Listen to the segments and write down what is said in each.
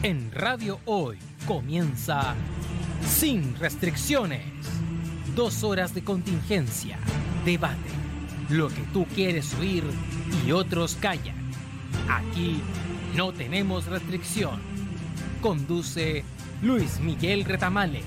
En Radio Hoy comienza Sin Restricciones. 2 horas de contingencia, debate, lo que tú quieres oír y otros callan. Aquí no tenemos restricción. Conduce Luis Miguel Retamales.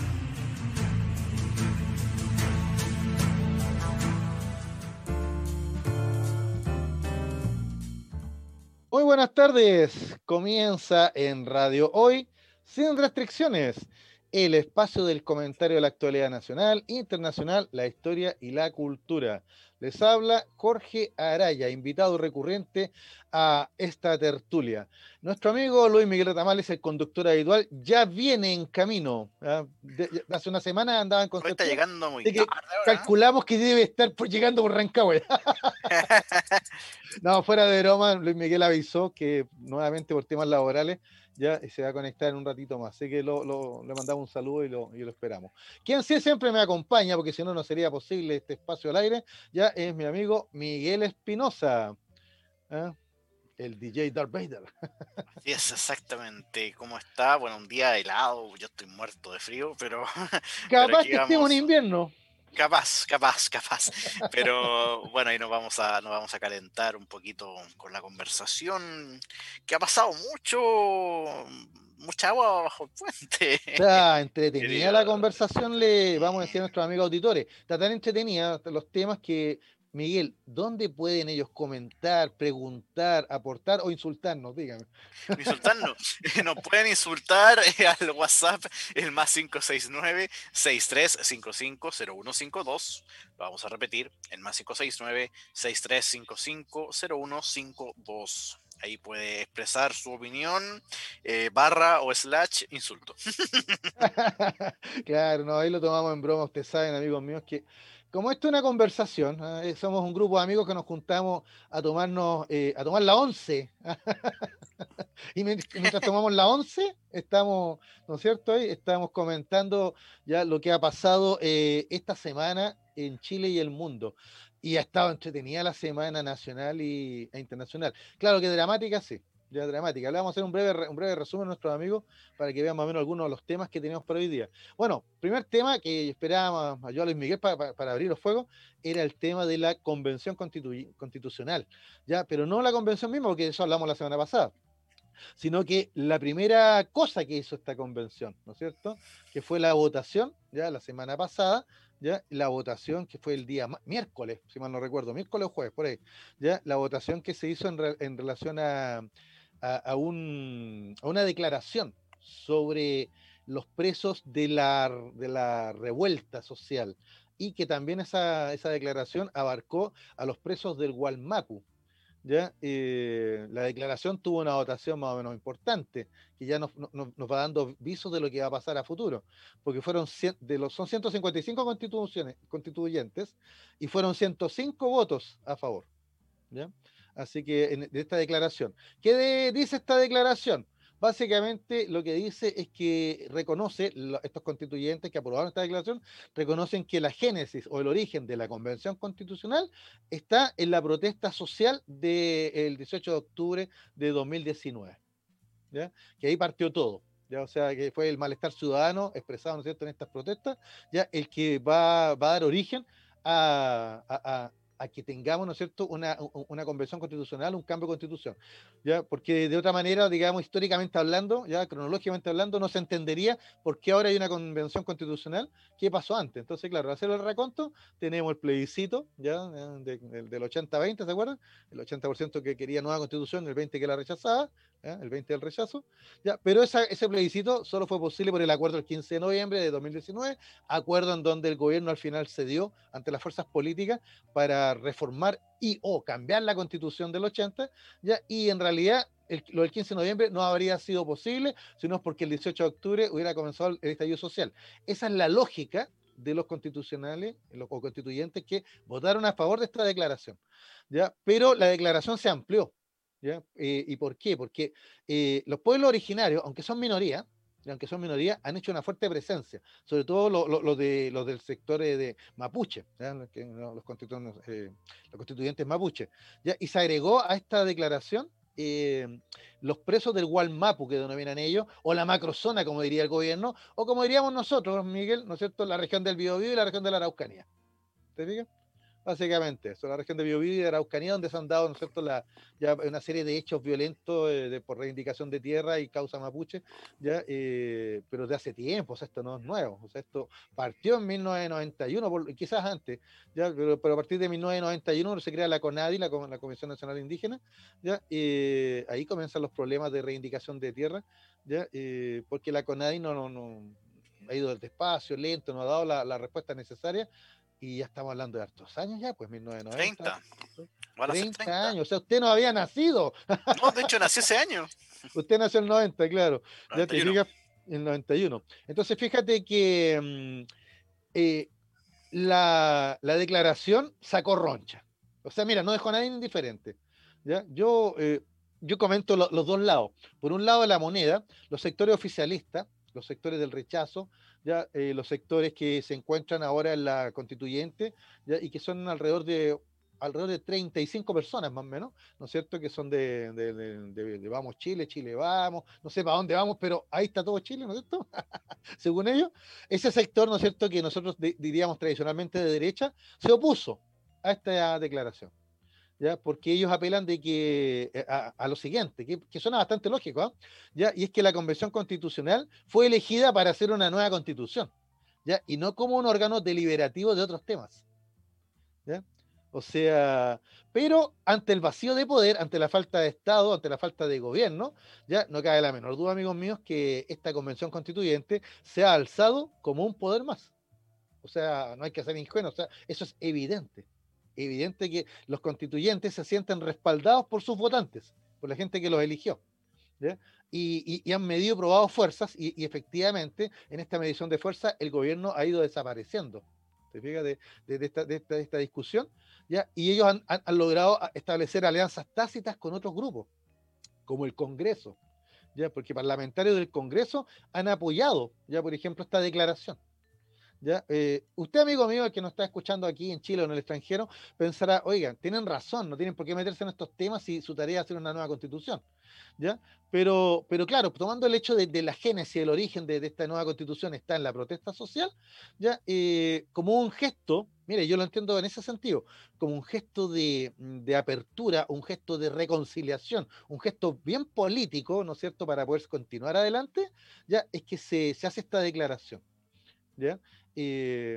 Muy buenas tardes. Comienza en Radio Hoy, Sin Restricciones, el espacio del comentario de la actualidad nacional, internacional, la historia y la cultura. Les habla Jorge Araya, invitado recurrente a esta tertulia. Nuestro amigo Luis Miguel Retamales, el conductor habitual, ya viene en camino. Hace una semana andaba en Está Concepción, llegando muy así que tarde, calculamos que debe estar llegando por Rancagua. No, fuera de broma, Luis Miguel avisó que nuevamente por temas laborales ya se va a conectar en un ratito más. Así que le mandamos un saludo y lo esperamos. Quien sí siempre me acompaña, porque si no, no sería posible este espacio al aire, ya es mi amigo Miguel Espinosa, ¿eh? El DJ Darth Vader. Así es, exactamente. ¿Cómo está? Bueno, un día helado, yo estoy muerto de frío, pero Capaz aquí que estemos en vamos. invierno. Capaz. Pero bueno, ahí nos vamos a calentar un poquito con la conversación, que ha pasado mucha agua bajo el puente, Está entretenida querido. la conversación, le vamos a decir a Mm, nuestros amigos auditores. Está tan entretenida los temas que, Miguel, ¿dónde pueden ellos comentar, preguntar, aportar o insultarnos? Dígame. Insultarnos. Nos pueden insultar al WhatsApp, el más 569-6355-0152. Lo vamos a repetir, el más 569-6355-0152. Ahí puede expresar su opinión, barra o slash insulto. Claro, no, ahí lo tomamos en broma. Ustedes saben, amigos míos, que como esto es una conversación, somos un grupo de amigos que nos juntamos a tomar la once. Y mientras tomamos la once, estamos, ¿no es cierto? Ahí estamos comentando ya lo que ha pasado esta semana en Chile y el mundo. Y ha estado entretenida la semana nacional e internacional. Claro que dramática, sí. Ya dramática. Le vamos a hacer un breve resumen a nuestros amigos para que vean más o menos algunos de los temas que tenemos para hoy día. Bueno, primer tema que esperábamos a yo a Luis Miguel para abrir los fuegos era el tema de la convención constitucional. Ya, pero no la convención misma, porque de eso hablamos la semana pasada, sino que la primera cosa que hizo esta convención, ¿no es cierto? Que fue la votación, ya la semana pasada, ya la votación que fue el día miércoles, si mal no recuerdo, miércoles o jueves, por ahí, ya la votación que se hizo en relación a una declaración sobre los presos de la revuelta social y que también esa declaración abarcó a los presos del Gualmapu. ¿Ya? La declaración tuvo una votación más o menos importante, que ya nos va dando visos de lo que va a pasar a futuro, porque son 155 constituyentes y fueron 105 votos a favor. ¿Ya? Así que de esta declaración. Dice esta declaración? Básicamente lo que dice es que reconoce, estos constituyentes que aprobaron esta declaración, reconocen que la génesis o el origen de la Convención Constitucional está en la protesta social del 18 de octubre de 2019, ¿ya? Que ahí partió todo. ¿Ya? O sea, que fue el malestar ciudadano expresado, ¿no es cierto?, en estas protestas, ya el que va a dar origen a que tengamos, ¿no es cierto?, una convención constitucional, un cambio de constitución, ¿ya? Porque de otra manera, digamos, históricamente hablando, ya cronológicamente hablando, no se entendería por qué ahora hay una convención constitucional, qué pasó antes. Entonces, claro, hacer el reconto, tenemos el plebiscito, ya, del 80-20, ¿se acuerdan? El 80% que quería nueva constitución, el 20% que la rechazaba, ¿ya? El 20% del rechazo, ¿ya? Pero ese plebiscito solo fue posible por el acuerdo del 15 de noviembre de 2019, acuerdo en donde el gobierno al final cedió ante las fuerzas políticas para reformar y o cambiar la constitución del 80, ¿ya? Y en realidad lo del 15 de noviembre no habría sido posible, sino porque el 18 de octubre hubiera comenzado el estallido social. Esa es la lógica de los constitucionales o constituyentes que votaron a favor de esta declaración, ¿ya? Pero la declaración se amplió, ¿ya? ¿Y por qué? Porque los pueblos originarios, aunque son minoría, han hecho una fuerte presencia, sobre todo los del sector de mapuche, ¿ya? Los constituyentes mapuche, ¿ya? Y se agregó a esta declaración los presos del Gualmapu, que denominan ellos, o la macrozona, como diría el gobierno, o como diríamos nosotros, Miguel, ¿no es cierto?, la región del Biobío y la región de la Araucanía. ¿Te fijas? Básicamente, eso, la región de Biobío y de Araucanía, donde se han dado, ¿no es cierto?, ya una serie de hechos violentos por reivindicación de tierra y causa mapuche, ya, pero de hace tiempo, o sea, esto no es nuevo, o sea, esto partió en 1991, quizás antes, ya, pero a partir de 1991 se crea la CONADI, la Comisión Nacional Indígena, ya, ahí comienzan los problemas de reivindicación de tierra, ya, porque la CONADI no ha ido despacio, lento, no ha dado la respuesta necesaria, y ya estamos hablando de hartos años ya, pues 1990, 30. Van a ser 30 30. años, o sea, usted no había nacido, No, de hecho nací ese año. usted nació en el 90, claro, ya te 91. fijas, en el 91. Entonces, fíjate que eh, la declaración sacó roncha, o sea, mira, no dejó a nadie indiferente, ¿ya? Yo comento los dos lados. Por un lado, la moneda, los sectores oficialistas, los sectores del rechazo, ya los sectores que se encuentran ahora en la constituyente, ya, y que son alrededor de 35 personas más o menos, ¿no es cierto? Que son de Vamos Chile, Chile Vamos, no sé para dónde vamos, pero ahí está todo Chile, ¿no es cierto? Según ellos, ese sector, ¿no es cierto?, que nosotros diríamos tradicionalmente de derecha, se opuso a esta declaración. ¿Ya? Porque ellos apelan de que a lo siguiente, que suena bastante lógico, ¿eh? ¿Ya? Y es que la Convención Constitucional fue elegida para hacer una nueva constitución, ¿ya? Y no como un órgano deliberativo de otros temas, ¿ya? O sea, pero ante el vacío de poder, ante la falta de Estado, ante la falta de gobierno, ya no cabe la menor duda, amigos míos, que esta Convención Constituyente se ha alzado como un poder más. O sea, no hay que ser ingenuo, o sea, eso es evidente. Evidente que los constituyentes se sienten respaldados por sus votantes, por la gente que los eligió, ¿ya? Y han medido, probado fuerzas, y efectivamente, en esta medición de fuerza, el gobierno ha ido desapareciendo. ¿Te fijas de esta discusión? ¿Ya? Y ellos han logrado establecer alianzas tácitas con otros grupos, como el Congreso, ¿ya? Porque parlamentarios del Congreso han apoyado, ya, por ejemplo, esta declaración. ¿Ya? Usted, amigo mío, que nos está escuchando aquí en Chile o en el extranjero, pensará, oigan, tienen razón, no tienen por qué meterse en estos temas si su tarea es hacer una nueva constitución, ¿ya? Pero claro, tomando el hecho de la génesis, el origen de esta nueva constitución está en la protesta social, ¿ya? Como un gesto, mire, yo lo entiendo en ese sentido, como un gesto de apertura, un gesto de reconciliación, un gesto bien político, ¿no es cierto?, para poder continuar adelante, ya es que se hace esta declaración, ¿ya? Eh,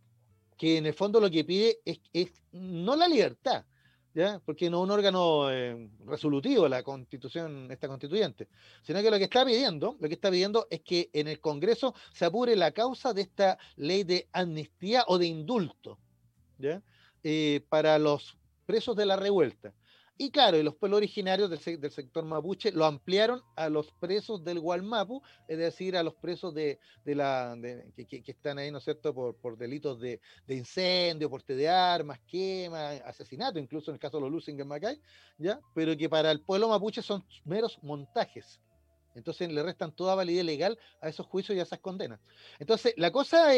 que en el fondo lo que pide es no la libertad, ¿ya? Porque no es un órgano resolutivo la constitución, esta constituyente, sino que lo que está pidiendo es que en el Congreso se apure la causa de esta ley de amnistía o de indulto, ¿ya? Para los presos de la revuelta. Y claro, y los pueblos originarios del sector mapuche lo ampliaron a los presos del Gualmapu, es decir, a los presos que están ahí, ¿no es cierto?, por delitos de incendio, porte de armas, quema, asesinato, incluso en el caso de los Lusing en Macay, ¿ya? Pero que para el pueblo mapuche son meros montajes. Entonces le restan toda validez legal a esos juicios y a esas condenas. Entonces, la cosa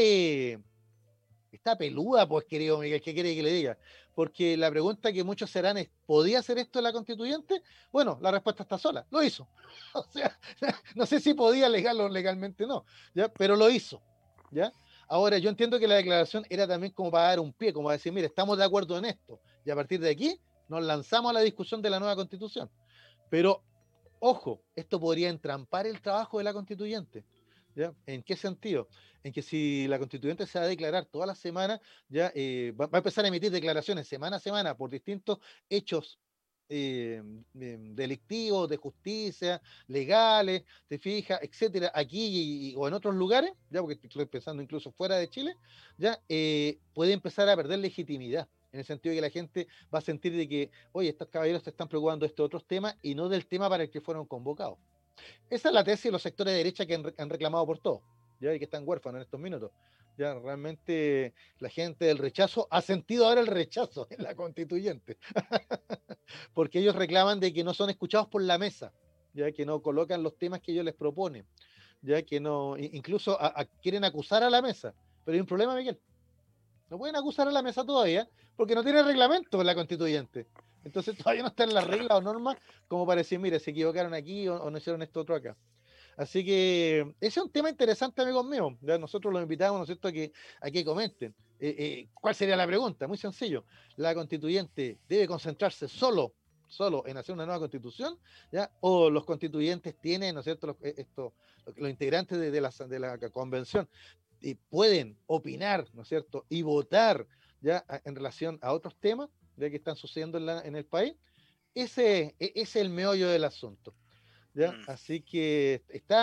está peluda, pues, querido Miguel, ¿qué quiere que le diga? Porque la pregunta que muchos serán es, ¿podía hacer esto la constituyente? Bueno, la respuesta está sola, lo hizo. O sea, no sé si podía legal o legalmente no, ¿ya? Pero lo hizo, ¿ya? Ahora, yo entiendo que la declaración era también como para dar un pie, como para decir, mire, estamos de acuerdo en esto, y a partir de aquí nos lanzamos a la discusión de la nueva constitución. Pero, ojo, esto podría entrampar el trabajo de la constituyente, ¿ya? ¿En qué sentido? En que si la constituyente se va a declarar toda la semana, ya va a empezar a emitir declaraciones semana a semana por distintos hechos delictivos, de justicia, legales, te fijas, etcétera, aquí o en otros lugares, ya porque estoy pensando incluso fuera de Chile, ya puede empezar a perder legitimidad. En el sentido de que la gente va a sentir de que, oye, estos caballeros se están preocupando de estos otros temas y no del tema para el que fueron convocados. Esa es la tesis de los sectores de derecha que han reclamado por todo, ¿ya? Y que están huérfanos en estos minutos. Ya realmente la gente del rechazo ha sentido ahora el rechazo en la constituyente, porque ellos reclaman de que no son escuchados por la mesa, ya que no colocan los temas que ellos les proponen, ya que no, incluso quieren acusar a la mesa, pero hay un problema, Miguel, no pueden acusar a la mesa todavía porque no tiene reglamento la constituyente. Entonces todavía no están las reglas o normas como para decir, mire, se equivocaron aquí o no hicieron esto otro acá. Así que ese es un tema interesante, amigos míos. ¿Ya? Nosotros los invitamos, ¿no es cierto?, a que comenten. ¿Cuál sería la pregunta? Muy sencillo. ¿La constituyente debe concentrarse solo en hacer una nueva constitución? ¿Ya? ¿O los constituyentes tienen, ¿no es cierto?, los integrantes de la convención pueden opinar, ¿no es cierto?, y votar ya en relación a otros temas ya que están sucediendo en el país? Ese es el meollo del asunto. ¿Ya? Mm, Así que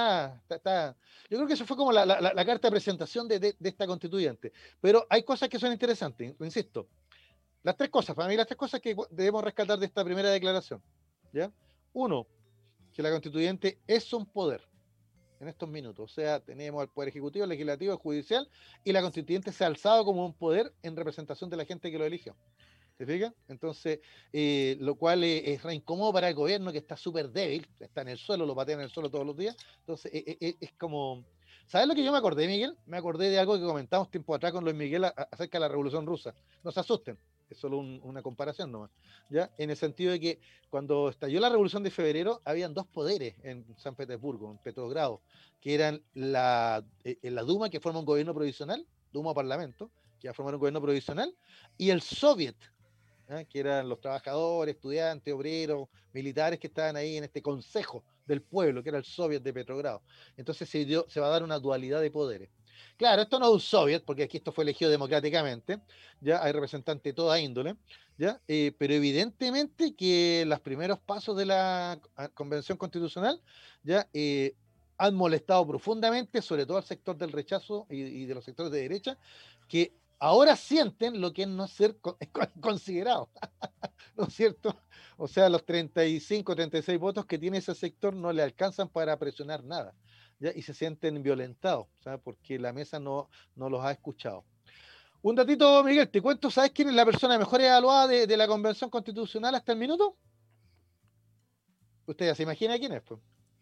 yo creo que eso fue como la carta de presentación de esta constituyente. Pero hay cosas que son interesantes, insisto. Las tres cosas, para mí las tres cosas que debemos rescatar de esta primera declaración. ¿Ya? Uno, que la constituyente es un poder en estos minutos. O sea, tenemos el poder ejecutivo, el legislativo, el judicial, y la constituyente se ha alzado como un poder en representación de la gente que lo eligió. ¿Se fija? Entonces, lo cual es re incómodo para el gobierno que está súper débil, está en el suelo, lo patean en el suelo todos los días. Entonces, es como. ¿Sabes lo que yo me acordé, Miguel? Me acordé de algo que comentamos tiempo atrás con Luis Miguel acerca de la Revolución Rusa. No se asusten, es solo una comparación nomás. ¿Ya? En el sentido de que cuando estalló la Revolución de Febrero, habían dos poderes en San Petersburgo, en Petrogrado, que eran la Duma, que forma un gobierno provisional, Duma o Parlamento, que va a formar un gobierno provisional, y el Soviet, que eran los trabajadores, estudiantes, obreros, militares que estaban ahí en este consejo del pueblo, que era el Soviet de Petrogrado. Entonces se va a dar una dualidad de poderes. Claro, esto no es un soviet, porque aquí esto fue elegido democráticamente, ya hay representantes de toda índole, ya, pero evidentemente que los primeros pasos de la Convención Constitucional ya han molestado profundamente, sobre todo al sector del rechazo y de los sectores de derecha, que ahora sienten lo que es no ser considerado, ¿no es cierto? O sea, los 35, 36 votos que tiene ese sector no le alcanzan para presionar nada, ¿ya? Y se sienten violentados, ¿sabes? Porque la mesa no los ha escuchado. Un datito, Miguel, te cuento, ¿sabes quién es la persona mejor evaluada de la Convención Constitucional hasta el minuto? Usted ya se imagina quién es, pues.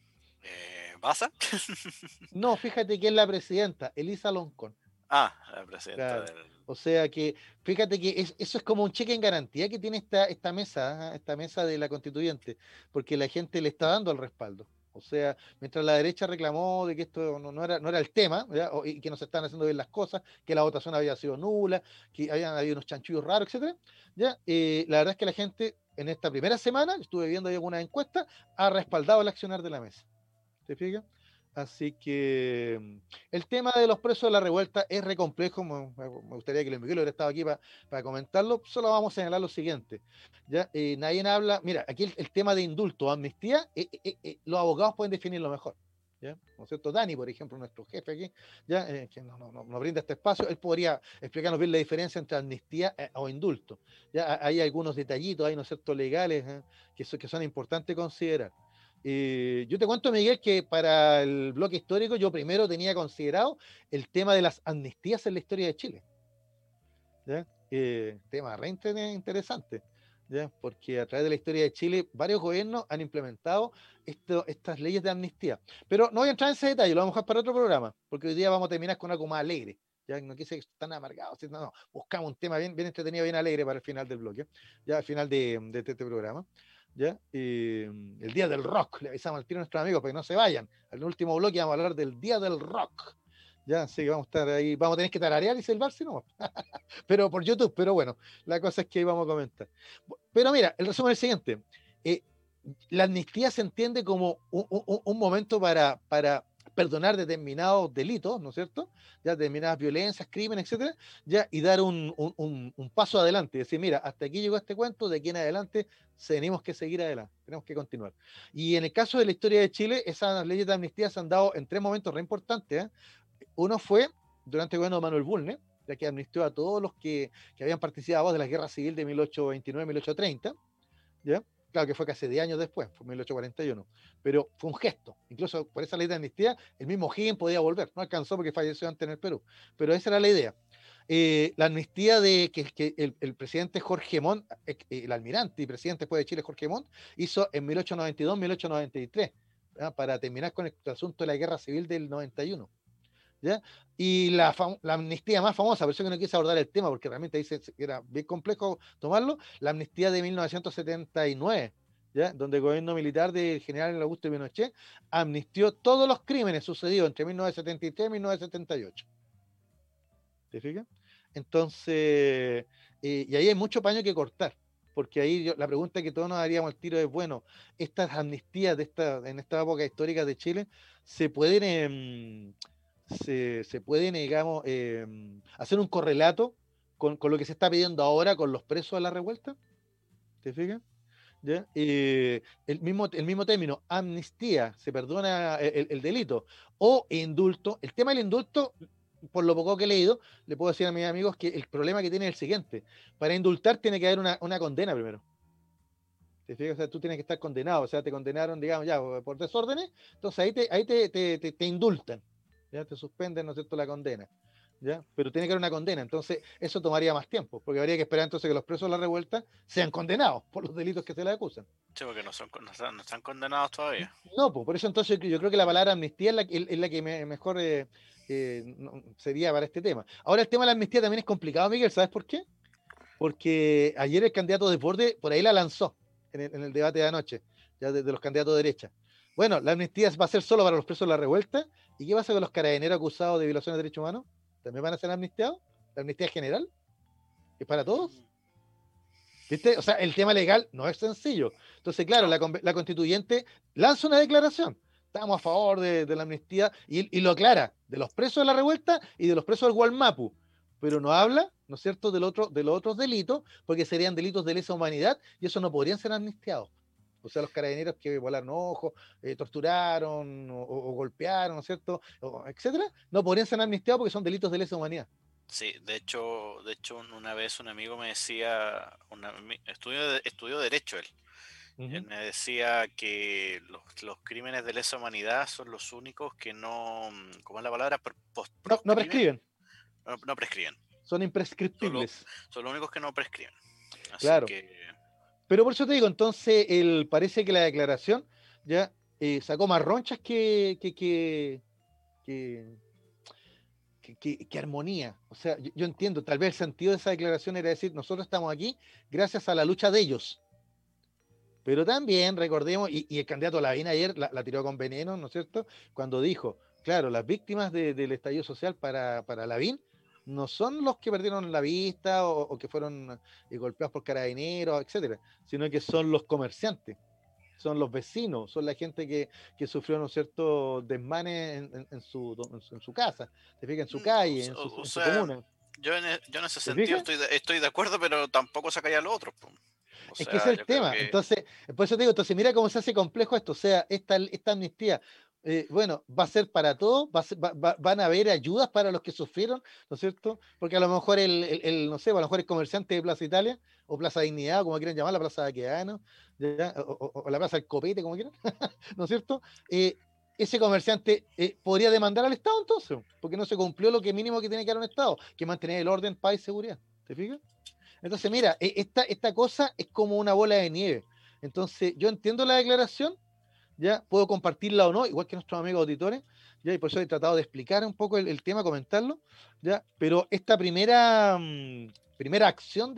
¿Pasa? No, fíjate que es la presidenta, Elisa Loncón. Ah, la presidenta Claro. del... O sea que, fíjate que eso es como un cheque en garantía que tiene esta mesa de la constituyente, porque la gente le está dando el respaldo. O sea, mientras la derecha reclamó de que esto no era el tema, ¿ya? Y que no se están haciendo bien las cosas, que la votación había sido nula, que habían habido unos chanchullos raros, etcétera, ya, la verdad es que la gente en esta primera semana, estuve viendo ahí algunas encuestas, ha respaldado el accionar de la mesa. ¿Te fijas? Así que el tema de los presos de la revuelta es re complejo. Me gustaría que el Miguel hubiera estado aquí para comentarlo. Solo vamos a señalar lo siguiente. ¿Ya? Nadie habla. Mira, aquí el tema de indulto, amnistía, los abogados pueden definirlo mejor. ¿Ya? ¿No es cierto? Dani, por ejemplo, nuestro jefe aquí, ¿ya? Que nos brinda este espacio, él podría explicarnos bien la diferencia entre amnistía o indulto. ¿Ya? Hay algunos detallitos, hay, ¿no es cierto?, legales, que son importantes considerar. Yo te cuento, Miguel, que para el bloque histórico yo primero tenía considerado el tema de las amnistías en la historia de Chile. ¿Ya? Tema re interesante, ¿ya? Porque a través de la historia de Chile varios gobiernos han implementado estas leyes de amnistía. Pero no voy a entrar en ese detalle, lo vamos a dejar para otro programa, porque hoy día vamos a terminar con algo más alegre. Ya no quise que están amargados, no, buscamos un tema bien entretenido, bien alegre para el final del bloque, ya al final de este programa. ¿Ya? El día del rock, le avisamos al tiro a nuestros amigos para que no se vayan. En el último bloque vamos a hablar del día del rock. Ya, así que vamos a estar ahí, vamos a tener que tararear y silbar, no, pero por YouTube, pero bueno, la cosa es que ahí vamos a comentar. Pero mira, el resumen es el siguiente. Eh, la amnistía se entiende como un momento para perdonar determinados delitos, ¿no es cierto? Ya determinadas violencias, crímenes, etcétera, ya, y dar un paso adelante, decir, mira, hasta aquí llegó este cuento, de aquí en adelante tenemos que seguir adelante, tenemos que continuar. Y en el caso de la historia de Chile, esas leyes de amnistía se han dado en tres momentos re importantes. Uno fue durante el gobierno de Manuel Bulnes, ya que amnistió a todos los que habían participado de la guerra civil de 1829-1830, ¿ya? Claro que fue casi 10 años después, fue 1841, pero fue un gesto. Incluso por esa ley de amnistía, el mismo Higgins podía volver, no alcanzó porque falleció antes en el Perú, pero esa era la idea. La amnistía de que el presidente Jorge Montt, el almirante y presidente después de Chile, Jorge Montt, hizo en 1892-1893, para terminar con el asunto de la guerra civil del 91. ¿ya? Y la amnistía más famosa, por eso que no quise abordar el tema, porque realmente ahí era bien complejo tomarlo, la amnistía de 1979, ¿ya? Donde el gobierno militar del general Augusto Pinochet amnistió todos los crímenes sucedidos entre 1973 y 1978. ¿Te fijas? Entonces, y ahí hay mucho paño que cortar, porque ahí la pregunta que todos nos daríamos al tiro es, bueno, estas amnistías en esta época histórica de Chile se pueden, se pueden, digamos, hacer un correlato con lo que se está pidiendo ahora con los presos de la revuelta. ¿Te fijas? ¿Ya? El mismo término, amnistía, se perdona el delito, o indulto. El tema del indulto, por lo poco que he leído, le puedo decir a mis amigos que el problema que tiene es el siguiente: para indultar tiene que haber una condena primero. ¿Te fijas? O sea, tú tienes que estar condenado, o sea, te condenaron, digamos, ya por desórdenes, entonces ahí te indultan, ya te suspenden, ¿no es cierto?, la condena. ¿Ya? Pero tiene que haber una condena, entonces eso tomaría más tiempo, porque habría que esperar entonces que los presos de la revuelta sean condenados por los delitos que se les acusan. Sí, porque no están condenados todavía. No, pues por eso entonces yo creo que la palabra amnistía es la que mejor sería para este tema. Ahora el tema de la amnistía también es complicado, Miguel, ¿sabes por qué? Porque ayer el candidato de Borde por ahí la lanzó en el debate de anoche, ya de los candidatos de derecha. Bueno, la amnistía va a ser solo para los presos de la revuelta. ¿Y qué pasa con los carabineros acusados de violaciones de derechos humanos? ¿También van a ser amnistiados? ¿La amnistía general? ¿Es para todos? ¿Viste? O sea, el tema legal no es sencillo. Entonces, claro, No. la constituyente lanza una declaración. Estamos a favor de la amnistía y lo aclara, de los presos de la revuelta y de los presos del Gualmapu. Pero no habla, ¿no es cierto?, de los otros delitos, porque serían delitos de lesa humanidad y eso no podrían ser amnistiados. O sea, los carabineros que volaron ojos, torturaron o golpearon, ¿no es cierto?, etcétera, no podrían ser amnistiados porque son delitos de lesa humanidad. Sí, de hecho una vez un amigo me decía, estudió derecho él. Él Ujú. me decía que los crímenes de lesa humanidad son los únicos que no, ¿cómo es la palabra? No Proscriben, prescriben, no prescriben. son Son, lo- imprescriptibles. son los únicos que no prescriben. Así Claro. que, Pero por eso te digo, entonces, parece que la declaración ya sacó más ronchas que, que armonía. O sea, yo entiendo, tal vez el sentido de esa declaración era decir, nosotros estamos aquí gracias a la lucha de ellos. Pero también recordemos, y el candidato Lavín ayer la tiró con veneno, ¿no es cierto? Cuando dijo, claro, las víctimas del estallido social para Lavín no son los que perdieron la vista o que fueron golpeados por carabineros, etcétera, sino que son los comerciantes, son los vecinos, son la gente que sufrió, ¿no es cierto?, desmanes en su casa, te fijas, en su calle, en su, o en su sea, comuna, yo en ese ¿te sentido fijas? estoy de acuerdo, pero tampoco sacaría lo otro, po. O Es que ese sea, es el yo creo tema. que Entonces, por eso te digo, entonces mira cómo se hace complejo esto. O sea, esta amnistía, bueno, va a ser para todos, van a haber ayudas para los que sufrieron, ¿no es cierto? Porque a lo mejor no sé, a lo mejor el comerciante de Plaza Italia, o Plaza Dignidad, o como quieran llamar, la Plaza Baquedano, ¿ya? O la Plaza del Copete, como quieran, ¿no es cierto? Ese comerciante podría demandar al Estado entonces, porque no se cumplió lo que mínimo que tiene que dar un Estado, que mantener el orden, paz y seguridad. ¿Te fijas? Entonces, mira, esta cosa es como una bola de nieve. Entonces, yo entiendo la declaración, ya puedo compartirla o no, igual que nuestros amigos auditores, ya, y por eso he tratado de explicar un poco el tema, comentarlo, ya, pero esta primera acción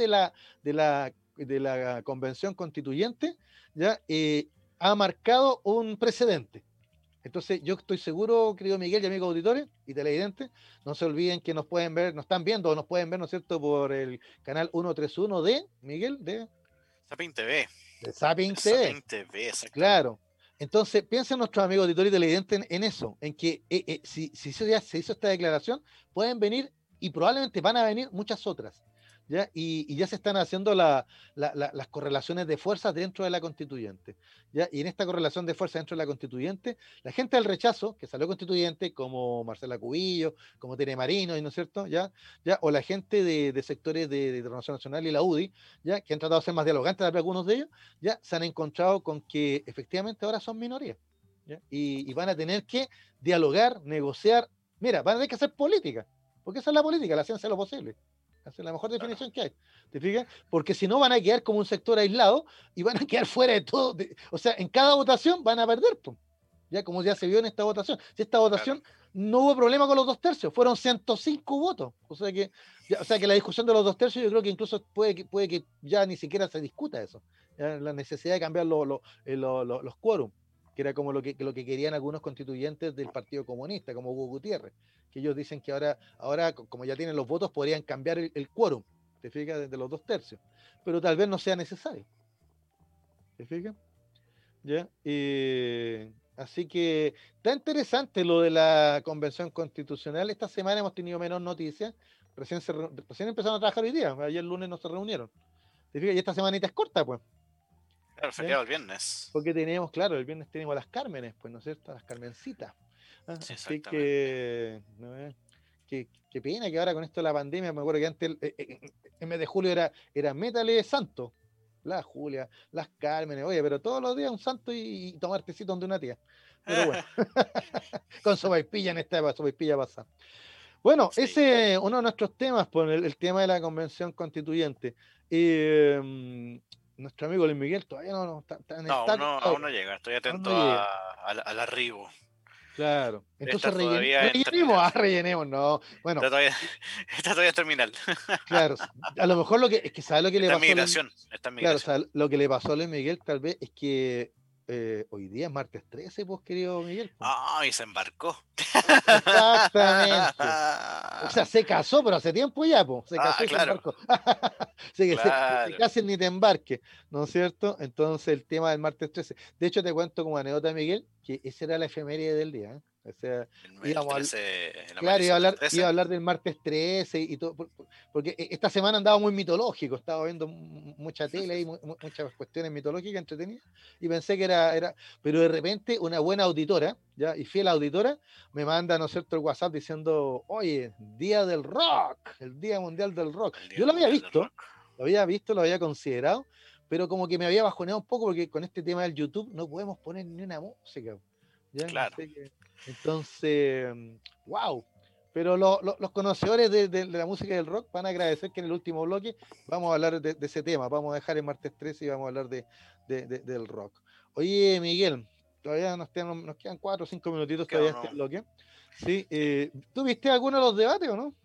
de la convención constituyente, ya, ha marcado un precedente. Entonces, yo estoy seguro, querido Miguel y amigos auditores y televidentes, no se olviden que nos pueden ver, nos están viendo o nos pueden ver, ¿no es cierto?, por el canal 131 de Miguel, Sapin TV, de Zapping TV. Sapin TV, exactamente. Claro. Entonces, piensen nuestros amigos auditores y televidentes en eso, en que si ya se hizo esta declaración, pueden venir y probablemente van a venir muchas otras. ¿Ya? Y ya se están haciendo las correlaciones de fuerzas dentro de la constituyente. ¿Ya? Y en esta correlación de fuerzas dentro de la constituyente, la gente del rechazo, que salió constituyente, como Marcela Cubillo, como Tere Marino, ¿no es cierto? ¿Ya? O la gente de sectores de Internacional Nacional y la UDI, ¿ya? Que han tratado de ser más dialogantes, algunos de ellos, ya se han encontrado con que efectivamente ahora son minorías, ¿ya? Y van a tener que dialogar, negociar. Mira, van a tener que hacer política, porque esa es la política, la ciencia de lo posible. Esa es la mejor Claro. definición que hay. ¿Te fijas? Porque si no van a quedar como un sector aislado y van a quedar fuera de todo. O sea, en cada votación van a perder. Po. ya como ya se vio en esta votación. Si esta votación Claro. no hubo problema con los 2 tercios, fueron 105 votos. O sea que la discusión de los 2 tercios yo creo que incluso puede que ya ni siquiera se discuta eso. Ya, la necesidad de cambiar los quórum, que era como lo que querían algunos constituyentes del Partido Comunista, como Hugo Gutiérrez, que ellos dicen que ahora como ya tienen los votos, podrían cambiar el quórum, ¿te fijas? Desde los 2 tercios. Pero tal vez no sea necesario, ¿te fijas? ¿Ya? Así que está interesante lo de la convención constitucional. Esta semana hemos tenido menos noticias. Recién empezaron a trabajar hoy día. Ayer lunes no se reunieron. ¿Te fijas? Y esta semanita es corta, pues. Claro, ¿Ya? feriado el viernes. Porque tenemos, claro, el viernes tenemos a las Cármenes, pues, ¿no es cierto? A las Carmencitas. Sí, Así exactamente. que, ¿no es? Qué pena que ahora con esto de la pandemia, me acuerdo que antes, en mes de julio era Métale Santo. La Julia, las Cármenes, oye, pero todos los días un santo y tomar tecito donde una tía. Pero bueno, con sopaipilla en esta sopaipilla pasa. Bueno, Sí. ese es uno de nuestros temas, pues, el tema de la convención constituyente. Nuestro amigo Luis Miguel todavía no No, está aún todavía, no llega. Estoy aún no atento llega. al arribo. Claro. Debe Entonces estar todavía en rellenemos, terminal. rellenemos, no. Bueno, Está todavía, está todavía en terminal. claro, a lo mejor lo que es que sabe lo que le Está en pasó a Luis, migración. Está en claro, o migración. sea, lo que le pasó a Luis Miguel tal vez es que hoy día es martes 13, pues, querido Miguel, pues. ¡Ay, se embarcó! Exactamente. O sea, se casó, pero hace tiempo ya, pues. Se casó Ah, y se claro, embarcó. Así que ni te claro. cases ni te embarques, ¿no es cierto? Entonces, el tema del martes 13. De hecho, te cuento como anécdota, Miguel, que esa era la efeméride del día, ¿eh? O sea, El íbamos a, 13, el claro, amanecer del iba 13. a hablar del martes 13 y todo, porque esta semana andaba muy mitológico, estaba viendo mucha tele y muchas cuestiones mitológicas entretenidas, y pensé que pero de repente una buena auditora, ya, y fiel auditora, me manda, ¿no es cierto?, el WhatsApp diciendo, oye, Día del Rock, el Día Mundial del Rock. El Yo Día Mundial del Rock. lo había considerado, pero como que me había bajoneado un poco porque con este tema del YouTube no podemos poner ni una música, ¿ya? Claro. Así que, entonces, wow. Pero los conocedores de la música y del rock van a agradecer que en el último bloque vamos a hablar de ese tema. Vamos a dejar el martes 13 y vamos a hablar del rock. Oye, Miguel, todavía nos quedan 4 o 5 minutitos Queda todavía uno. este bloque. Sí, Sí. ¿tú viste alguno de los debates o no?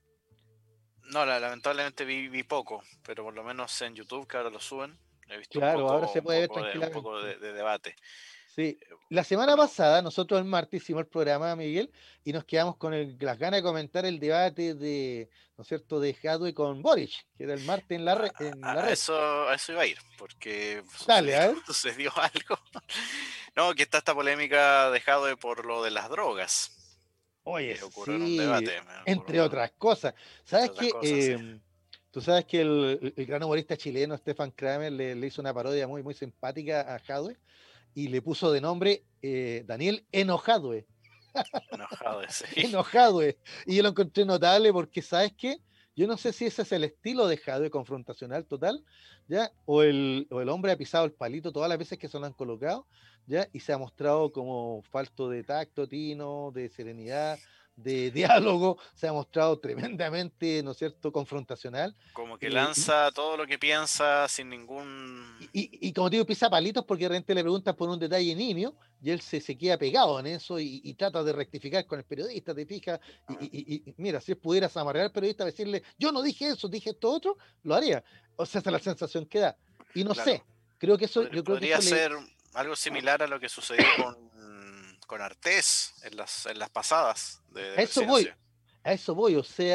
No, lamentablemente vi poco, pero por lo menos en YouTube, que ahora lo suben, he visto Claro, ahora se un puede ver poco un poco tranquilamente. de debate. Sí, la semana Bueno, pasada nosotros el martes hicimos el programa, Miguel, y nos quedamos con las ganas de comentar el debate ¿no es cierto?, de Jadwe con Boric, que era el martes en la red. a eso iba a ir, porque Dale, a ver. sucedió algo. No, que está esta polémica dejado por lo de las drogas, Oye, que ocurrió en un sí, debate, entre otras cosas. entre ¿Sabes otras qué? cosas, sí. Tú sabes que el gran humorista chileno Stefan Kramer le hizo una parodia muy, muy simpática a Jadwe y le puso de nombre Daniel Enojadwe. Enojado, sí. Enojadwe. Y yo lo encontré notable porque, ¿sabes qué? Yo no sé si ese es el estilo de Jadwe confrontacional total, ¿ya? O el hombre ha pisado el palito todas las veces que se lo han colocado, ¿ya? Y se ha mostrado como falto de tacto, tino, de serenidad, de diálogo, se ha mostrado tremendamente, ¿no es cierto?, confrontacional. Como que eh, y, lanza todo lo que piensa sin ningún... y como te digo, pisa palitos porque de repente le preguntan por un detalle nimio y él se queda pegado en eso y trata de rectificar con el periodista, te fijas. Y mira, si él pudiera amarrar al periodista, decirle, yo no dije eso, dije esto otro, lo haría. O sea, esa es la sensación que da. Y no Claro, sé, yo creo que podría eso le. ser algo similar a lo que sucedió con Artés en las pasadas de A eso voy, presidencia. a eso voy,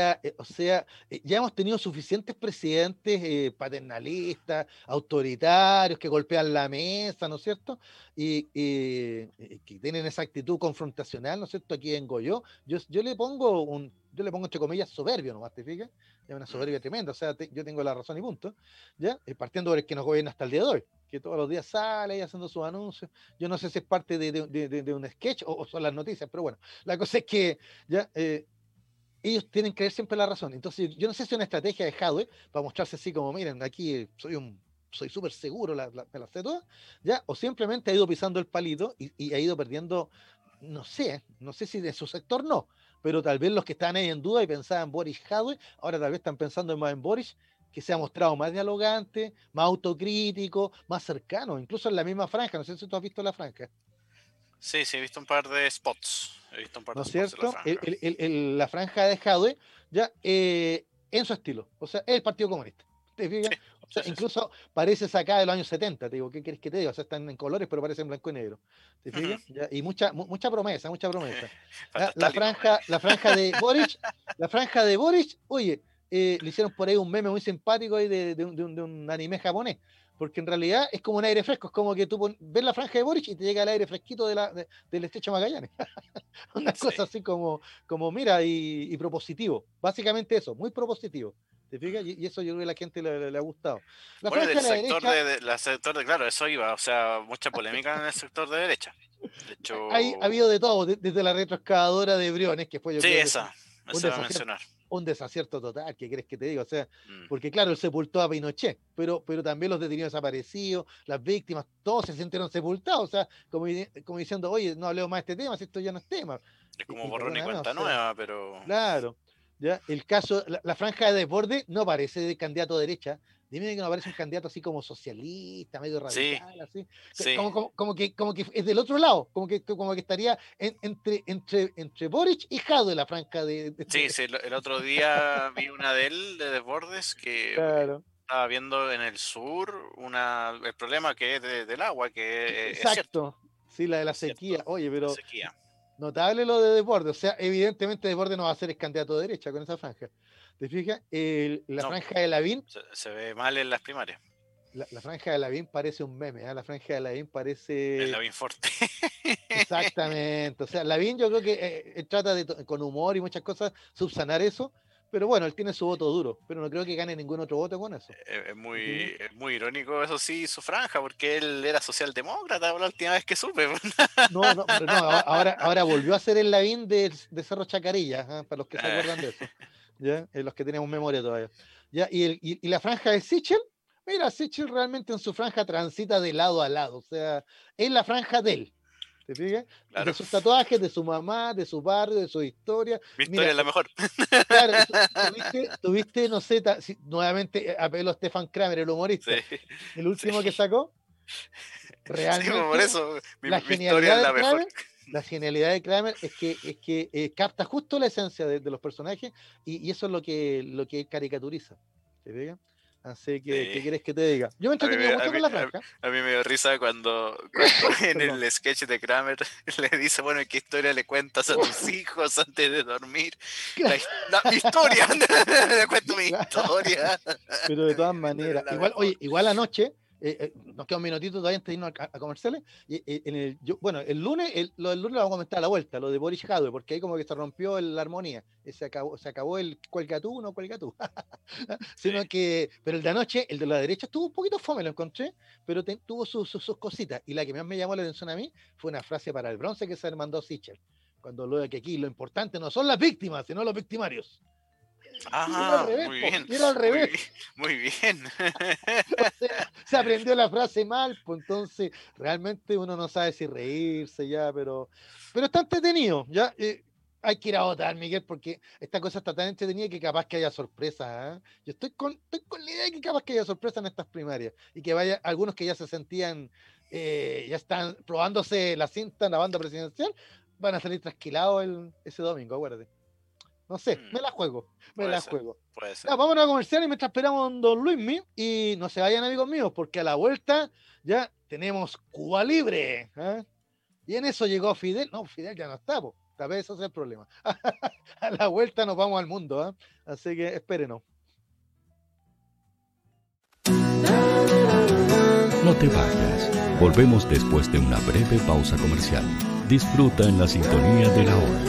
ya hemos tenido suficientes presidentes paternalistas, autoritarios, que golpean la mesa, ¿no es cierto? Y que tienen esa actitud confrontacional, ¿no es cierto? Aquí vengo yo le pongo entre comillas soberbio nomás, ¿te fijas? Es una Mm, soberbia tremenda, o sea, yo tengo la razón y punto, ¿ya? Partiendo por el que nos gobierna hasta el día de hoy, que todos los días sale ahí haciendo sus anuncios. Yo no sé si es parte de un sketch o son las noticias, pero bueno, la cosa es que ya ellos tienen que ver siempre la razón. Entonces, yo no sé si es una estrategia de Hadwe para mostrarse así como, miren, aquí soy súper seguro, me la sé todas, ¿ya? O simplemente ha ido pisando el palito y ha ido perdiendo, no sé si de su sector no, pero tal vez los que estaban ahí en duda y pensaban Boris Hadwe, ahora tal vez están pensando más en Boris, que se ha mostrado más dialogante, más autocrítico, más cercano, incluso en la misma franja, no sé si tú has visto la franja. Sí, he visto un par de spots. He visto un par ¿No de es spots de la cierto? franja. La franja de Jadwe, ya, en su estilo, o sea, es el Partido Comunista. ¿Te fijas? Sí, O sea, sí, sí. incluso parece sacada de los años 70, te digo, ¿qué quieres que te diga? O sea, están en colores, pero parecen blanco y negro. ¿Te fijas? Ya, y mucha promesa, mucha promesa. Falta La Stalin, ¿no? franja de Boric, oye, le hicieron por ahí un meme muy simpático ahí de un anime japonés, porque en realidad es como un aire fresco, es como que tú ves la franja de Boric y te llega el aire fresquito del estrecho Magallanes. Una Sí. cosa así como mira, y propositivo. Básicamente eso, muy propositivo. ¿Te fijas? Y eso yo creo que a la gente le ha gustado. La Bueno, y franja del de la sector derecha, claro, eso iba, o sea, mucha polémica en el sector de derecha. De ha hecho, habido de todo, desde la retroexcavadora de Briones, que fue yo sí, creo un esa va a desacierto, mencionar. un desacierto total, ¿qué crees que te diga? O sea, Mm. porque claro, él sepultó a Pinochet, pero también los detenidos desaparecidos, las víctimas, todos se sintieron sepultados, o sea, como diciendo, oye, no hablemos más de este tema, si esto ya no es tema. Es como Y borrón y perdóname, o cuenta sea, nueva, pero claro, ya, el caso, la franja de desborde no parece de candidato a derecha. Dime que no parece un candidato así como socialista, medio sí, radical, así. sí. Como que es del otro lado, como que estaría entre Boric y Jadwe la franja Sí, sí, el otro día vi una de él, de Desbordes, que Claro, estaba viendo en el sur el problema que es del agua, que es cierto, exacto. Sí, la de la es cierto, sequía. Oye, la pero sequía. notable lo de Desbordes. O sea, evidentemente Desbordes no va a ser el candidato de derecha con esa franja. ¿Te fijas? La No, franja de Lavín. se ve mal en las primarias. La franja de Lavín parece un meme, ¿eh? La franja de Lavín Es parece la Binforte. exactamente. O sea, Lavín yo creo que él trata con humor y muchas cosas subsanar eso, pero bueno, él tiene su voto duro, pero no creo que gane ningún otro voto con eso. Es muy irónico, eso sí, su franja, porque él era socialdemócrata la última vez que supe. No, no, pero no, ahora volvió a ser el Lavín de Cerro Chacarilla, ¿ah? Para los que se acuerdan de eso, ¿ya? Los que tenemos memoria todavía. ¿Ya? Y la franja de Sichel, mira, Sichel realmente en su franja transita de lado a lado, o sea, es la franja de él. ¿Te fijas? De Claro, sus tatuajes, de su mamá, de su barrio, de su historia. mi historia Mira, es la mejor. claro, tuviste, no sé, nuevamente apelo a Stefan Kramer, el Sí, humorista, el sí. último que sacó, Sí, pues, por realmente eso la mi historia es genialidad de la mejor. Kramer, es que capta justo la esencia de los personajes y eso es lo que él caricaturiza. ¿Te fijas? Así que, ¿qué Sí. quieres que te diga? Yo me he A mí, entretenido mucho con la franja. a mí me dio risa cuando en Perdón. el sketch de Kramer le dice, bueno, ¿qué historia le cuentas a tus hijos antes de dormir? Mi historia, le cuento mi historia. Pero de todas Mi historia maneras, es la igual, mejor. oye, igual anoche, nos queda un minutito todavía antes de irnos a comerciales. Bueno, el lunes, lo del lunes lo vamos a comentar a la vuelta, lo de Boris Jadwe, porque ahí como que se rompió la armonía. Se acabó el cuelga tú, no cuelga tú. Sí. Pero el de anoche, el de la derecha, estuvo un poquito fome, lo encontré, pero tuvo sus cositas. Y la que más me llamó la atención a mí fue una frase para el bronce que se mandó Sichel, cuando lo de que aquí lo importante no son las víctimas, sino los victimarios. Y era al Ah, revés, muy po, bien, y era al revés. muy bien. O sea, se aprendió la frase mal, pues entonces realmente uno no sabe si reírse ya, pero está entretenido, ya. Hay que ir a votar, Miguel, porque esta cosa está tan entretenida que capaz que haya sorpresa. ¿Eh? Yo estoy con la idea de que capaz que haya sorpresa en estas primarias y que vaya algunos que ya se sentían, ya están probándose la cinta en la banda presidencial, van a salir trasquilados ese domingo, acuérdate. No sé, me la juego, me Puede la ser, juego. puede ser. Ya, vámonos a comercial y mientras esperamos a don Luismi y no se vayan amigos míos, porque a la vuelta ya tenemos Cuba Libre. ¿Eh? Y en eso llegó Fidel. No, Fidel ya no está, po. Tal vez ese es el problema. A la vuelta nos vamos al mundo, ¿eh? Así que espérenos. No te vayas. Volvemos después de una breve pausa comercial. Disfruta en la sintonía de la hora.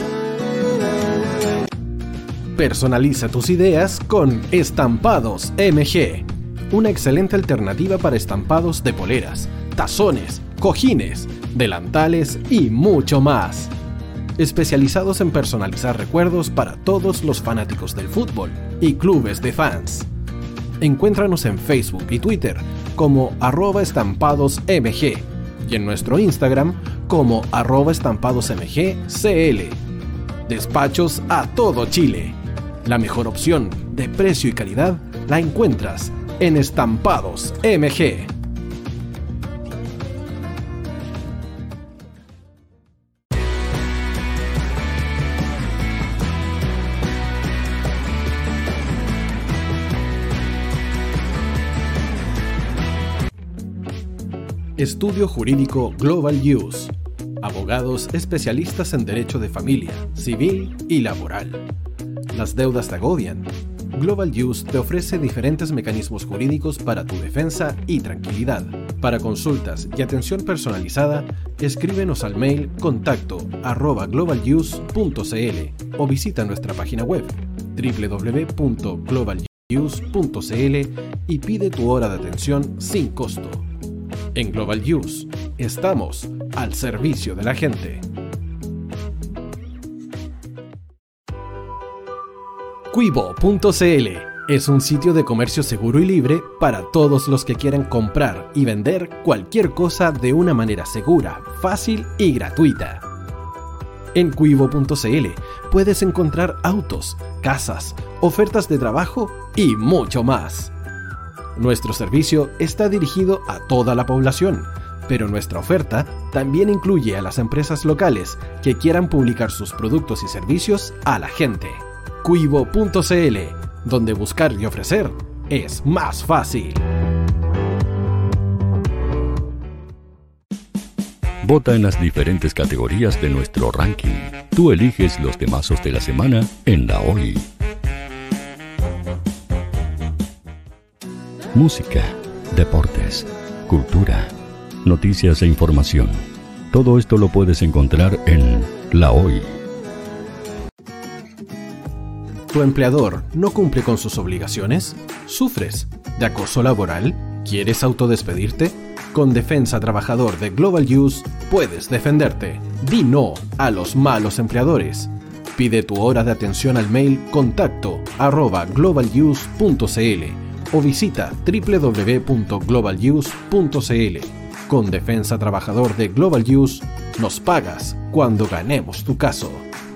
Personaliza tus ideas con Estampados MG. Una excelente alternativa para estampados de poleras, tazones, cojines, delantales y mucho más. Especializados en personalizar recuerdos para todos los fanáticos del fútbol y clubes de fans. Encuéntranos en Facebook y Twitter como @estampadosmg y en nuestro Instagram como @estampadosmgcl. Despachos a todo Chile. La mejor opción de precio y calidad la encuentras en Estampados MG. Estudio Jurídico Global Use. Abogados especialistas en derecho de familia, civil y laboral. Las deudas te agobian. Global Use te ofrece diferentes mecanismos jurídicos para tu defensa y tranquilidad. Para consultas y atención personalizada, escríbenos al mail contacto@globaluse.cl o visita nuestra página web www.globaluse.cl y pide tu hora de atención sin costo. En Global Use, estamos al servicio de la gente. Quibo.cl es un sitio de comercio seguro y libre para todos los que quieran comprar y vender cualquier cosa de una manera segura, fácil y gratuita. En Quibo.cl puedes encontrar autos, casas, ofertas de trabajo y mucho más. Nuestro servicio está dirigido a toda la población, pero nuestra oferta también incluye a las empresas locales que quieran publicar sus productos y servicios a la gente. Quibo.cl, donde buscar y ofrecer es más fácil. Vota en las diferentes categorías de nuestro ranking. Tú eliges los temazos de la semana en La Hoy. Música, deportes, cultura, noticias e información. Todo esto lo puedes encontrar en La Hoy. ¿Tu empleador no cumple con sus obligaciones? ¿Sufres de acoso laboral? ¿Quieres autodespedirte? Con Defensa Trabajador de Global Use puedes defenderte. Di no a los malos empleadores. Pide tu hora de atención al mail contacto@globaluse.cl o visita www.globaluse.cl. Con Defensa Trabajador de Global Use, nos pagas cuando ganemos tu caso.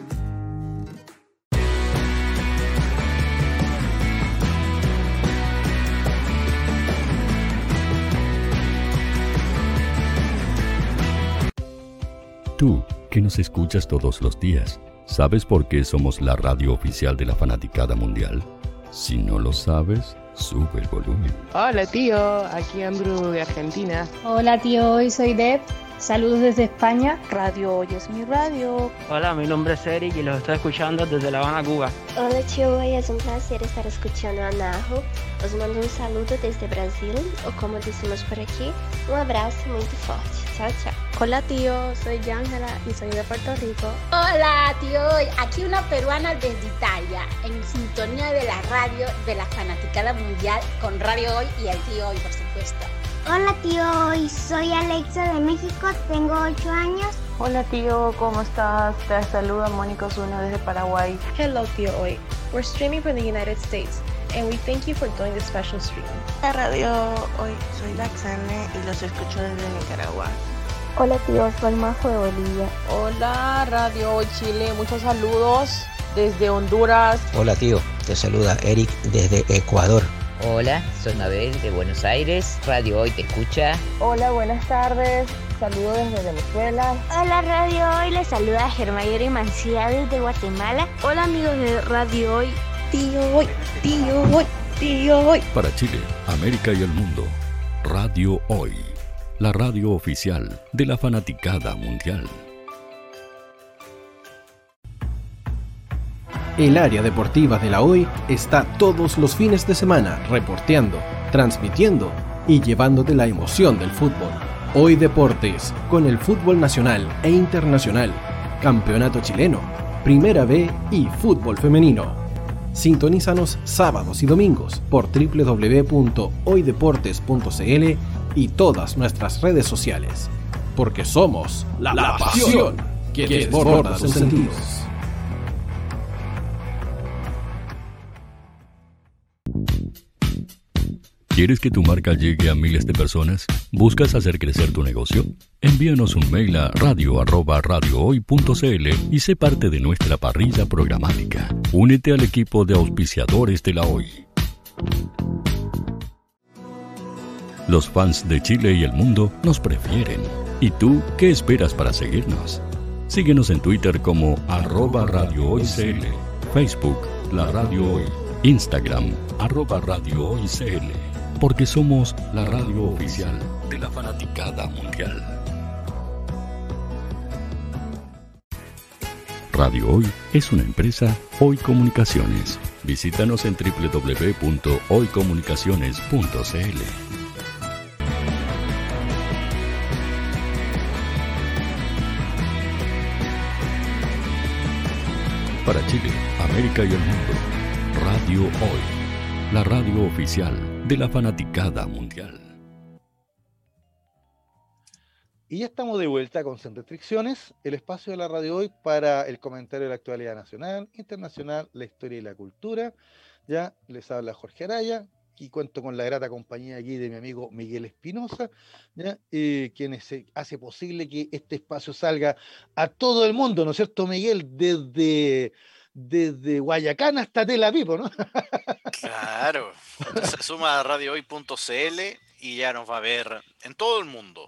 Tú, que nos escuchas todos los días, ¿sabes por qué somos la radio oficial de la Fanaticada Mundial? Si no lo sabes, sube el volumen. Hola tío, aquí Andrew de Argentina. Hola tío, hoy soy Deb. Saludos desde España. Radio Hoy es mi radio. Hola, mi nombre es Eric y los estoy escuchando desde La Habana, Cuba. Hola tío, hoy es un placer estar escuchando a Najo. Os mando un saludo desde Brasil, o como decimos por aquí, un abrazo muy fuerte. Chao, chao. Hola tío, soy Ángela y soy de Puerto Rico. Hola tío, aquí una peruana desde Italia, en sintonía de la radio de la Fanaticada Mundial con Radio Hoy y el tío Hoy, por supuesto. Hola tío, Hoy soy Alexa de México, tengo 8 años. Hola tío, ¿cómo estás? Te saluda Mónica Osuna desde Paraguay. Hello tío Hoy, we're streaming from the United States and we thank you for doing this special stream. La Radio Hoy, soy Laxane y los escucho desde Nicaragua. Hola tío, soy Majo de Bolivia. Hola Radio Hoy Chile, muchos saludos desde Honduras. Hola tío, te saluda Eric desde Ecuador. Hola, soy Mabel de Buenos Aires, Radio Hoy te escucha. Hola, buenas tardes, saludos desde Venezuela. Hola Radio Hoy, les saluda Germayori Mancía desde Guatemala. Hola amigos de Radio Hoy, tío Hoy, tío Hoy, tío Hoy. Para Chile, América y el mundo, Radio Hoy, la radio oficial de la Fanaticada Mundial. El área deportiva de la Hoy está todos los fines de semana reporteando, transmitiendo y llevándote la emoción del fútbol. Hoy Deportes, con el fútbol nacional e internacional, campeonato chileno, Primera B y fútbol femenino. Sintonízanos sábados y domingos por www.hoydeportes.cl y todas nuestras redes sociales. Porque somos la pasión que desborda sus sentidos. ¿Quieres que tu marca llegue a miles de personas? ¿Buscas hacer crecer tu negocio? Envíanos un mail a radio@radiohoy.cl y sé parte de nuestra parrilla programática. Únete al equipo de auspiciadores de La Hoy. Los fans de Chile y el mundo nos prefieren. ¿Y tú qué esperas para seguirnos? Síguenos en Twitter como @radiohoycl, Facebook, La Radio Hoy, Instagram, @radiohoycl. Porque somos la radio oficial de la fanaticada mundial. Radio Hoy es una empresa Hoy Comunicaciones. Visítanos en www.hoycomunicaciones.cl. Para Chile, América y el mundo, Radio Hoy, la radio oficial de la fanaticada mundial. Y ya estamos de vuelta con Sin Restricciones, el espacio de la Radio Hoy para el comentario de la actualidad nacional, internacional, la historia y la cultura. Ya les habla Jorge Araya y cuento con la grata compañía aquí de mi amigo Miguel Espinosa, ¿ya? Quien hace posible que este espacio salga a todo el mundo, ¿no es cierto, Miguel? Desde Guayacán hasta Tel Aviv, ¿no? Claro, se suma a radiohoy.cl y ya nos va a ver en todo el mundo.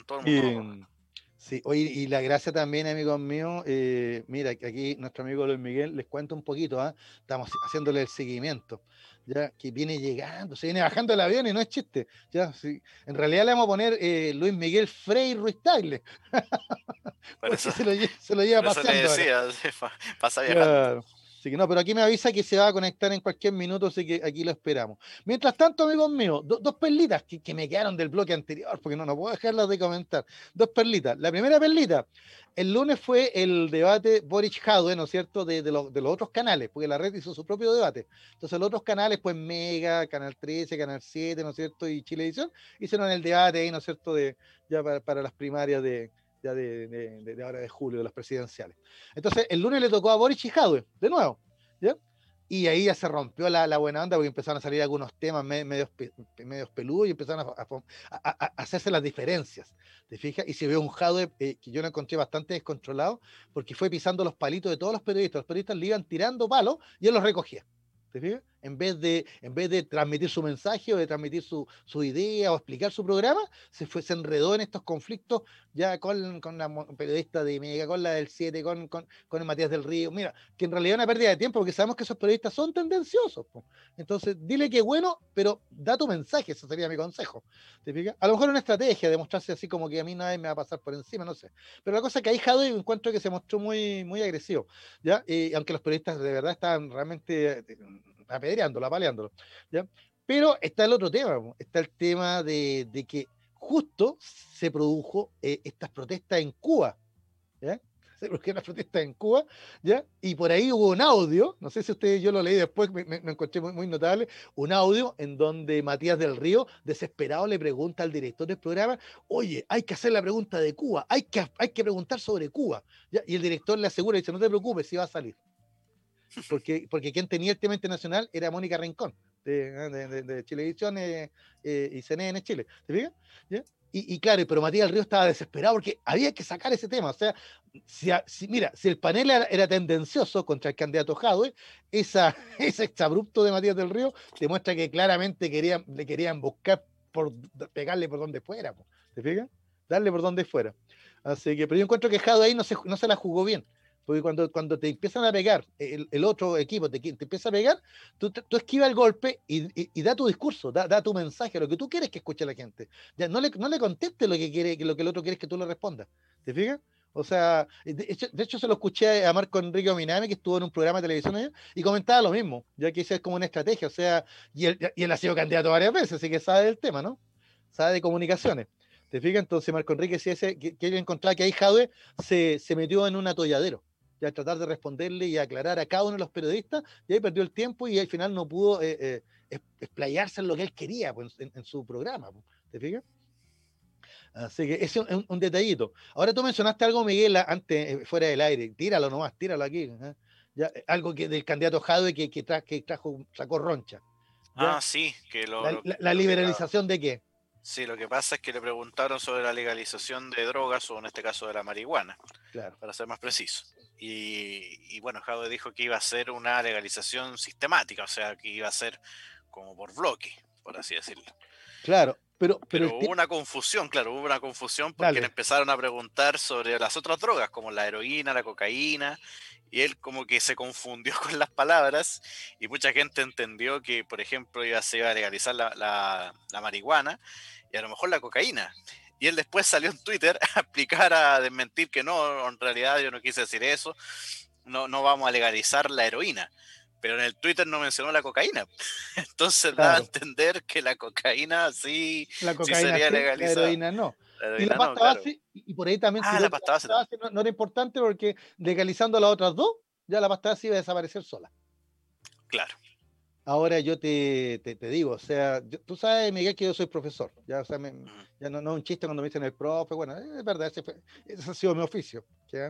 Sí, oye, y la gracia también, amigos míos, mira, aquí nuestro amigo Luis Miguel, les cuento un poquito, estamos haciéndole el seguimiento, ya que viene llegando, se viene bajando el avión y no es chiste, ya, sí. En realidad le vamos a poner Luis Miguel Frei Ruiz Tagle, eso, se lo lleva paseando. Eso le decía, pasa viajando. Claro. Así que no, pero aquí me avisa que se va a conectar en cualquier minuto, así que aquí lo esperamos. Mientras tanto, amigos míos, dos perlitas que me quedaron del bloque anterior, porque no puedo dejarlas de comentar. Dos perlitas. La primera perlita, el lunes fue el debate Boric-Jadwe, ¿no es cierto?, de los otros canales, porque la red hizo su propio debate. Entonces los otros canales, pues Mega, Canal 13, Canal 7, ¿no es cierto?, y Chilevisión, hicieron el debate ahí, ¿no es cierto?, ya para las primarias de ahora de julio, de las presidenciales. Entonces, el lunes le tocó a Boric y Jadwe, de nuevo, ¿ya? Y ahí ya se rompió la buena onda porque empezaron a salir algunos temas medios peludos y empezaron a hacerse las diferencias, ¿te fijas? Y se vio un Jadwe que yo lo encontré bastante descontrolado porque fue pisando los palitos de todos los periodistas le iban tirando palos y él los recogía. ¿Te fijas? En vez de transmitir su mensaje o de transmitir su idea o explicar su programa, se enredó en estos conflictos ya con la periodista de Mega, con la del 7, con el Matías del Río. Mira, que en realidad es una pérdida de tiempo porque sabemos que esos periodistas son tendenciosos. Entonces, dile que bueno, pero da tu mensaje, ese sería mi consejo. ¿Te fijas? A lo mejor una estrategia de mostrarse así como que a mí nadie me va a pasar por encima, no sé. Pero la cosa es que ahí Jadwe encuentro que se mostró muy, muy agresivo, ¿ya? Aunque los periodistas de verdad estaban realmente apedreándolo, apaleándolo, ¿ya? Pero está el otro tema, está el tema de que justo se produjo estas protestas en Cuba, ¿ya? Se produjeron las protestas en Cuba, ¿ya? Y por ahí hubo un audio, no sé si ustedes, yo lo leí después, me encontré muy, muy notable, un audio en donde Matías del Río, desesperado, le pregunta al director del programa, oye, hay que hacer la pregunta de Cuba, hay que preguntar sobre Cuba, ¿ya? Y el director le asegura, dice, no te preocupes, sí va a salir. Porque quien tenía el tema internacional era Mónica Rincón, de Chilevisión y CNN Chile, ¿te fijas? ¿Ya? Y claro, pero Matías del Río estaba desesperado porque había que sacar ese tema. O sea, si el panel era tendencioso contra el candidato Jadwe, ese exabrupto de Matías del Río demuestra que claramente le querían buscar pegarle por donde fuera, ¿te fijas? Darle por donde fuera. Así que, pero yo encuentro que Jadwe ahí no se la jugó bien. Porque cuando te empiezan a pegar, el otro equipo te empieza a pegar, tú esquiva el golpe y da tu discurso, da tu mensaje, lo que tú quieres que escuche la gente. Ya, no le contestes lo que el otro quiere que tú le respondas. ¿Te fijas? O sea, de hecho se lo escuché a Marco Enrique Ominami, que estuvo en un programa de televisión allá, y comentaba lo mismo, ya que esa es como una estrategia. O sea, y él ha sido candidato varias veces, así que sabe del tema, ¿no? Sabe de comunicaciones. ¿Te fijas? Entonces Marco Enrique, que él encontraba que ahí Jadwe se metió en un atolladero, ya tratar de responderle y aclarar a cada uno de los periodistas, y ahí perdió el tiempo y al final no pudo explayarse en lo que él quería, pues, en su programa, pues, ¿te fijas? Así que ese es un detallito. Ahora tú mencionaste algo, Miguel, antes, fuera del aire, tíralo nomás, tíralo aquí, ¿eh? Ya, algo del candidato Jadwe que sacó roncha. ¿Ya? Sí, que la liberalización de qué. Sí, lo que pasa es que le preguntaron sobre la legalización de drogas, o en este caso de la marihuana, claro, para ser más preciso. Y bueno, Jadwe dijo que iba a ser una legalización sistemática, o sea, que iba a ser como por bloque, por así decirlo. Claro, pero hubo una confusión, claro, hubo una confusión porque le empezaron a preguntar sobre las otras drogas, como la heroína, la cocaína, y él como que se confundió con las palabras, y mucha gente entendió que, por ejemplo, se iba a legalizar la marihuana, y a lo mejor la cocaína. Y él después salió en Twitter a explicar, a desmentir que no, en realidad yo no quise decir eso, no vamos a legalizar la heroína. Pero en el Twitter no mencionó la cocaína. Entonces da a entender que la cocaína sí sería legalizada. La heroína no. La heroína y la pasta base, y por ahí también la pasta base no era importante porque legalizando las otras dos, ya la pasta base iba a desaparecer sola. Claro. Ahora yo te digo, o sea, tú sabes, Miguel, que yo soy profesor. Ya, o sea, ya no es un chiste cuando me dicen el profe, bueno, es verdad, ese ha sido mi oficio. ¿Ya?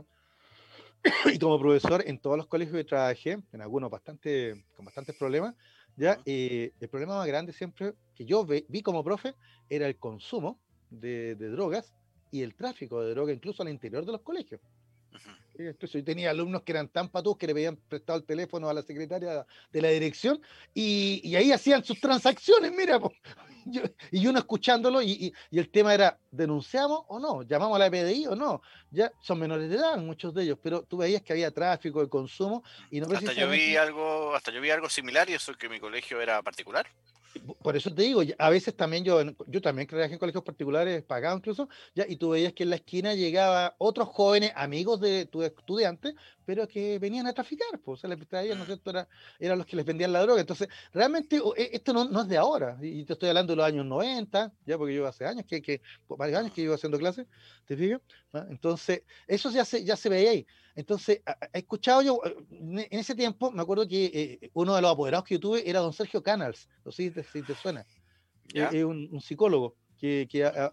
Y como profesor en todos los colegios que trabajé, en algunos con bastantes problemas, ya el problema más grande siempre que yo vi como profe era el consumo de drogas y el tráfico de drogas incluso al interior de los colegios. Entonces, yo tenía alumnos que eran tan patos que le pedían prestado el teléfono a la secretaria de la dirección y ahí hacían sus transacciones, mira, y uno escuchándolo y el tema era, ¿denunciamos o no? ¿Llamamos a la PDI o no? Ya son menores de edad muchos de ellos, pero tú veías que había tráfico de consumo y no hasta yo vi algo similar, y eso que mi colegio era particular. Por eso te digo, a veces también yo también trabajé en colegios particulares, pagados incluso, ya, y tú veías que en la esquina llegaba otros jóvenes, amigos de tus estudiantes, pero que venían a traficar, pues, se les traían, ¿no es cierto? Eran los que les vendían la droga. Entonces, realmente esto no es de ahora, y te estoy hablando de los años 90, ya, porque yo hace años varios años que llevo haciendo clases, ¿te fijas? ¿No? Entonces, eso ya se veía ahí. Entonces, he escuchado yo, en ese tiempo, me acuerdo que uno de los apoderados que yo tuve era don Sergio Canals, no sé si te suena, un psicólogo que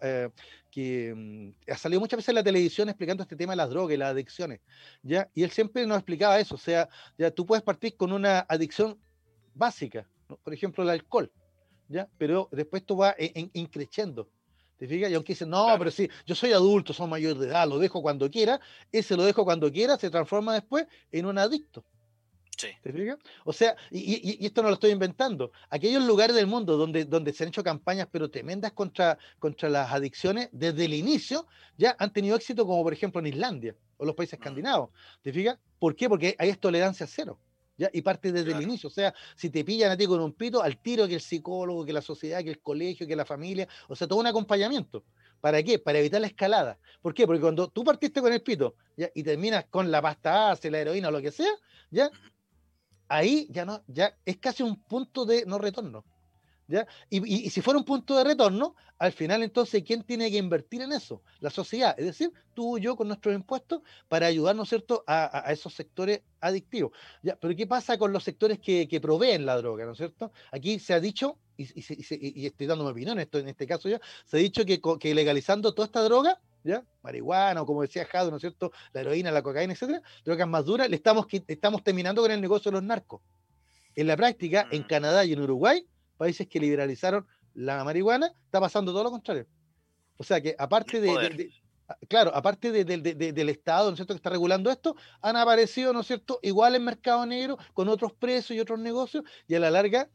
ha salido muchas veces en la televisión explicando este tema de las drogas y las adicciones, ¿ya? Y él siempre nos explicaba eso, o sea, ya tú puedes partir con una adicción básica, ¿no? Por ejemplo, el alcohol, ¿ya? Pero después tú vas increciendo. ¿Te fijas? Y aunque dicen, no, claro, pero sí, yo soy adulto, soy mayor de edad, lo dejo cuando quiera, ese lo dejo cuando quiera, se transforma después en un adicto. Sí. ¿Te fijas? O sea, y esto no lo estoy inventando. Aquellos lugares del mundo donde se han hecho campañas, pero tremendas contra las adicciones, desde el inicio, ya han tenido éxito, como por ejemplo en Islandia o los países escandinavos. ¿Te fijas? ¿Por qué? Porque ahí es tolerancia cero. ¿Ya? Y parte desde el inicio, o sea, si te pillan a ti con un pito, al tiro que el psicólogo, que la sociedad, que el colegio, que la familia, o sea, todo un acompañamiento. ¿Para qué? Para evitar la escalada. ¿Por qué? Porque cuando tú partiste con el pito, ¿ya? Y terminas con la pasta base, la heroína o lo que sea, ¿ya? Ahí ya es casi un punto de no retorno. ¿Ya? Y si fuera un punto de retorno, al final entonces, ¿quién tiene que invertir en eso? La sociedad, es decir, tú y yo con nuestros impuestos para ayudar, ¿no es cierto?, a esos sectores adictivos. ¿Ya? Pero ¿qué pasa con los sectores que proveen la droga, ¿no es cierto? Aquí se ha dicho, y estoy dando mi opinión en este caso ya, se ha dicho que legalizando toda esta droga, ¿ya? Marihuana, o como decía Jado, ¿no es cierto?, la heroína, la cocaína, etcétera, drogas más duras, estamos terminando con el negocio de los narcos. En la práctica, en Canadá y en Uruguay, países que liberalizaron la marihuana, está pasando todo lo contrario. O sea que aparte aparte del Estado, ¿no es cierto?, que está regulando esto, han aparecido, ¿no es cierto?, igual en mercado negro, con otros precios y otros negocios, y a la larga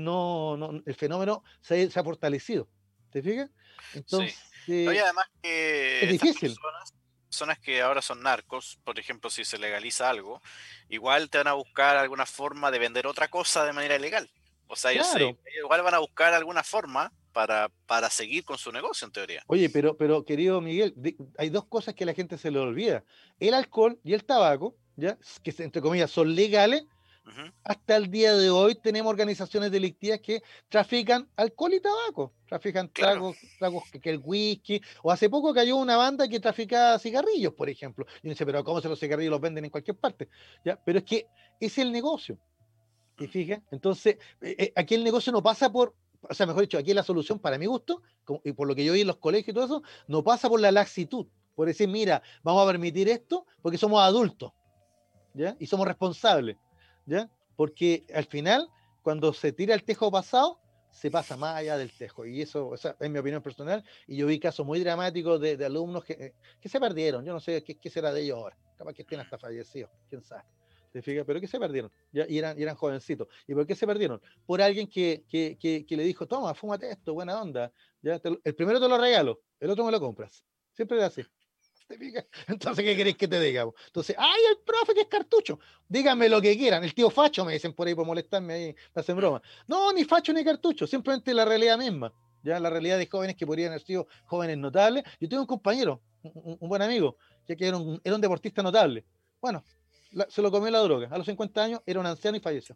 el fenómeno se ha fortalecido. ¿Te fijas? Entonces, sí. Y además que es difícil. Personas que ahora son narcos, por ejemplo, si se legaliza algo, igual te van a buscar alguna forma de vender otra cosa de manera ilegal. O sea, claro, ellos igual van a buscar alguna forma para seguir con su negocio, en teoría. Oye, pero querido Miguel, hay dos cosas que a la gente se le olvida. El alcohol y el tabaco, ¿ya? Que entre comillas son legales. Hasta el día de hoy tenemos organizaciones delictivas que trafican alcohol y tabaco, trafican tragos que el whisky, o hace poco cayó una banda que traficaba cigarrillos, por ejemplo. Y uno dice, pero ¿cómo se los cigarrillos los venden en cualquier parte? ¿Ya? Pero es que es el negocio. ¿Te fijas? Entonces, aquí el negocio no pasa por, o sea, mejor dicho, aquí la solución, para mi gusto, y por lo que yo vi en los colegios y todo eso, no pasa por la laxitud, por decir, mira, vamos a permitir esto porque somos adultos, ¿ya? Y somos responsables, ¿ya? Porque al final, cuando se tira el tejo pasado, se pasa más allá del tejo, y eso, o sea, es mi opinión personal, y yo vi casos muy dramáticos de alumnos que se perdieron, yo no sé qué será de ellos ahora, capaz que estén hasta fallecidos, quién sabe. ¿Te fijas? ¿Pero qué se perdieron? ¿Ya? Y eran jovencitos. ¿Y por qué se perdieron? Por alguien que le dijo, toma, fúmate esto, buena onda. ¿Ya? El primero te lo regalo, el otro me lo compras. Siempre es así. ¿Te fijas? Entonces, ¿qué queréis que te diga? Entonces, ¡ay, el profe que es cartucho! Díganme lo que quieran. El tío facho me dicen por ahí por molestarme ahí, me hacen broma. No, ni facho ni cartucho, simplemente la realidad misma. Ya la realidad de jóvenes que podrían haber sido jóvenes notables. Yo tengo un compañero, un buen amigo, que era un deportista notable. Bueno, se lo comió la droga. A los 50 años era un anciano y falleció.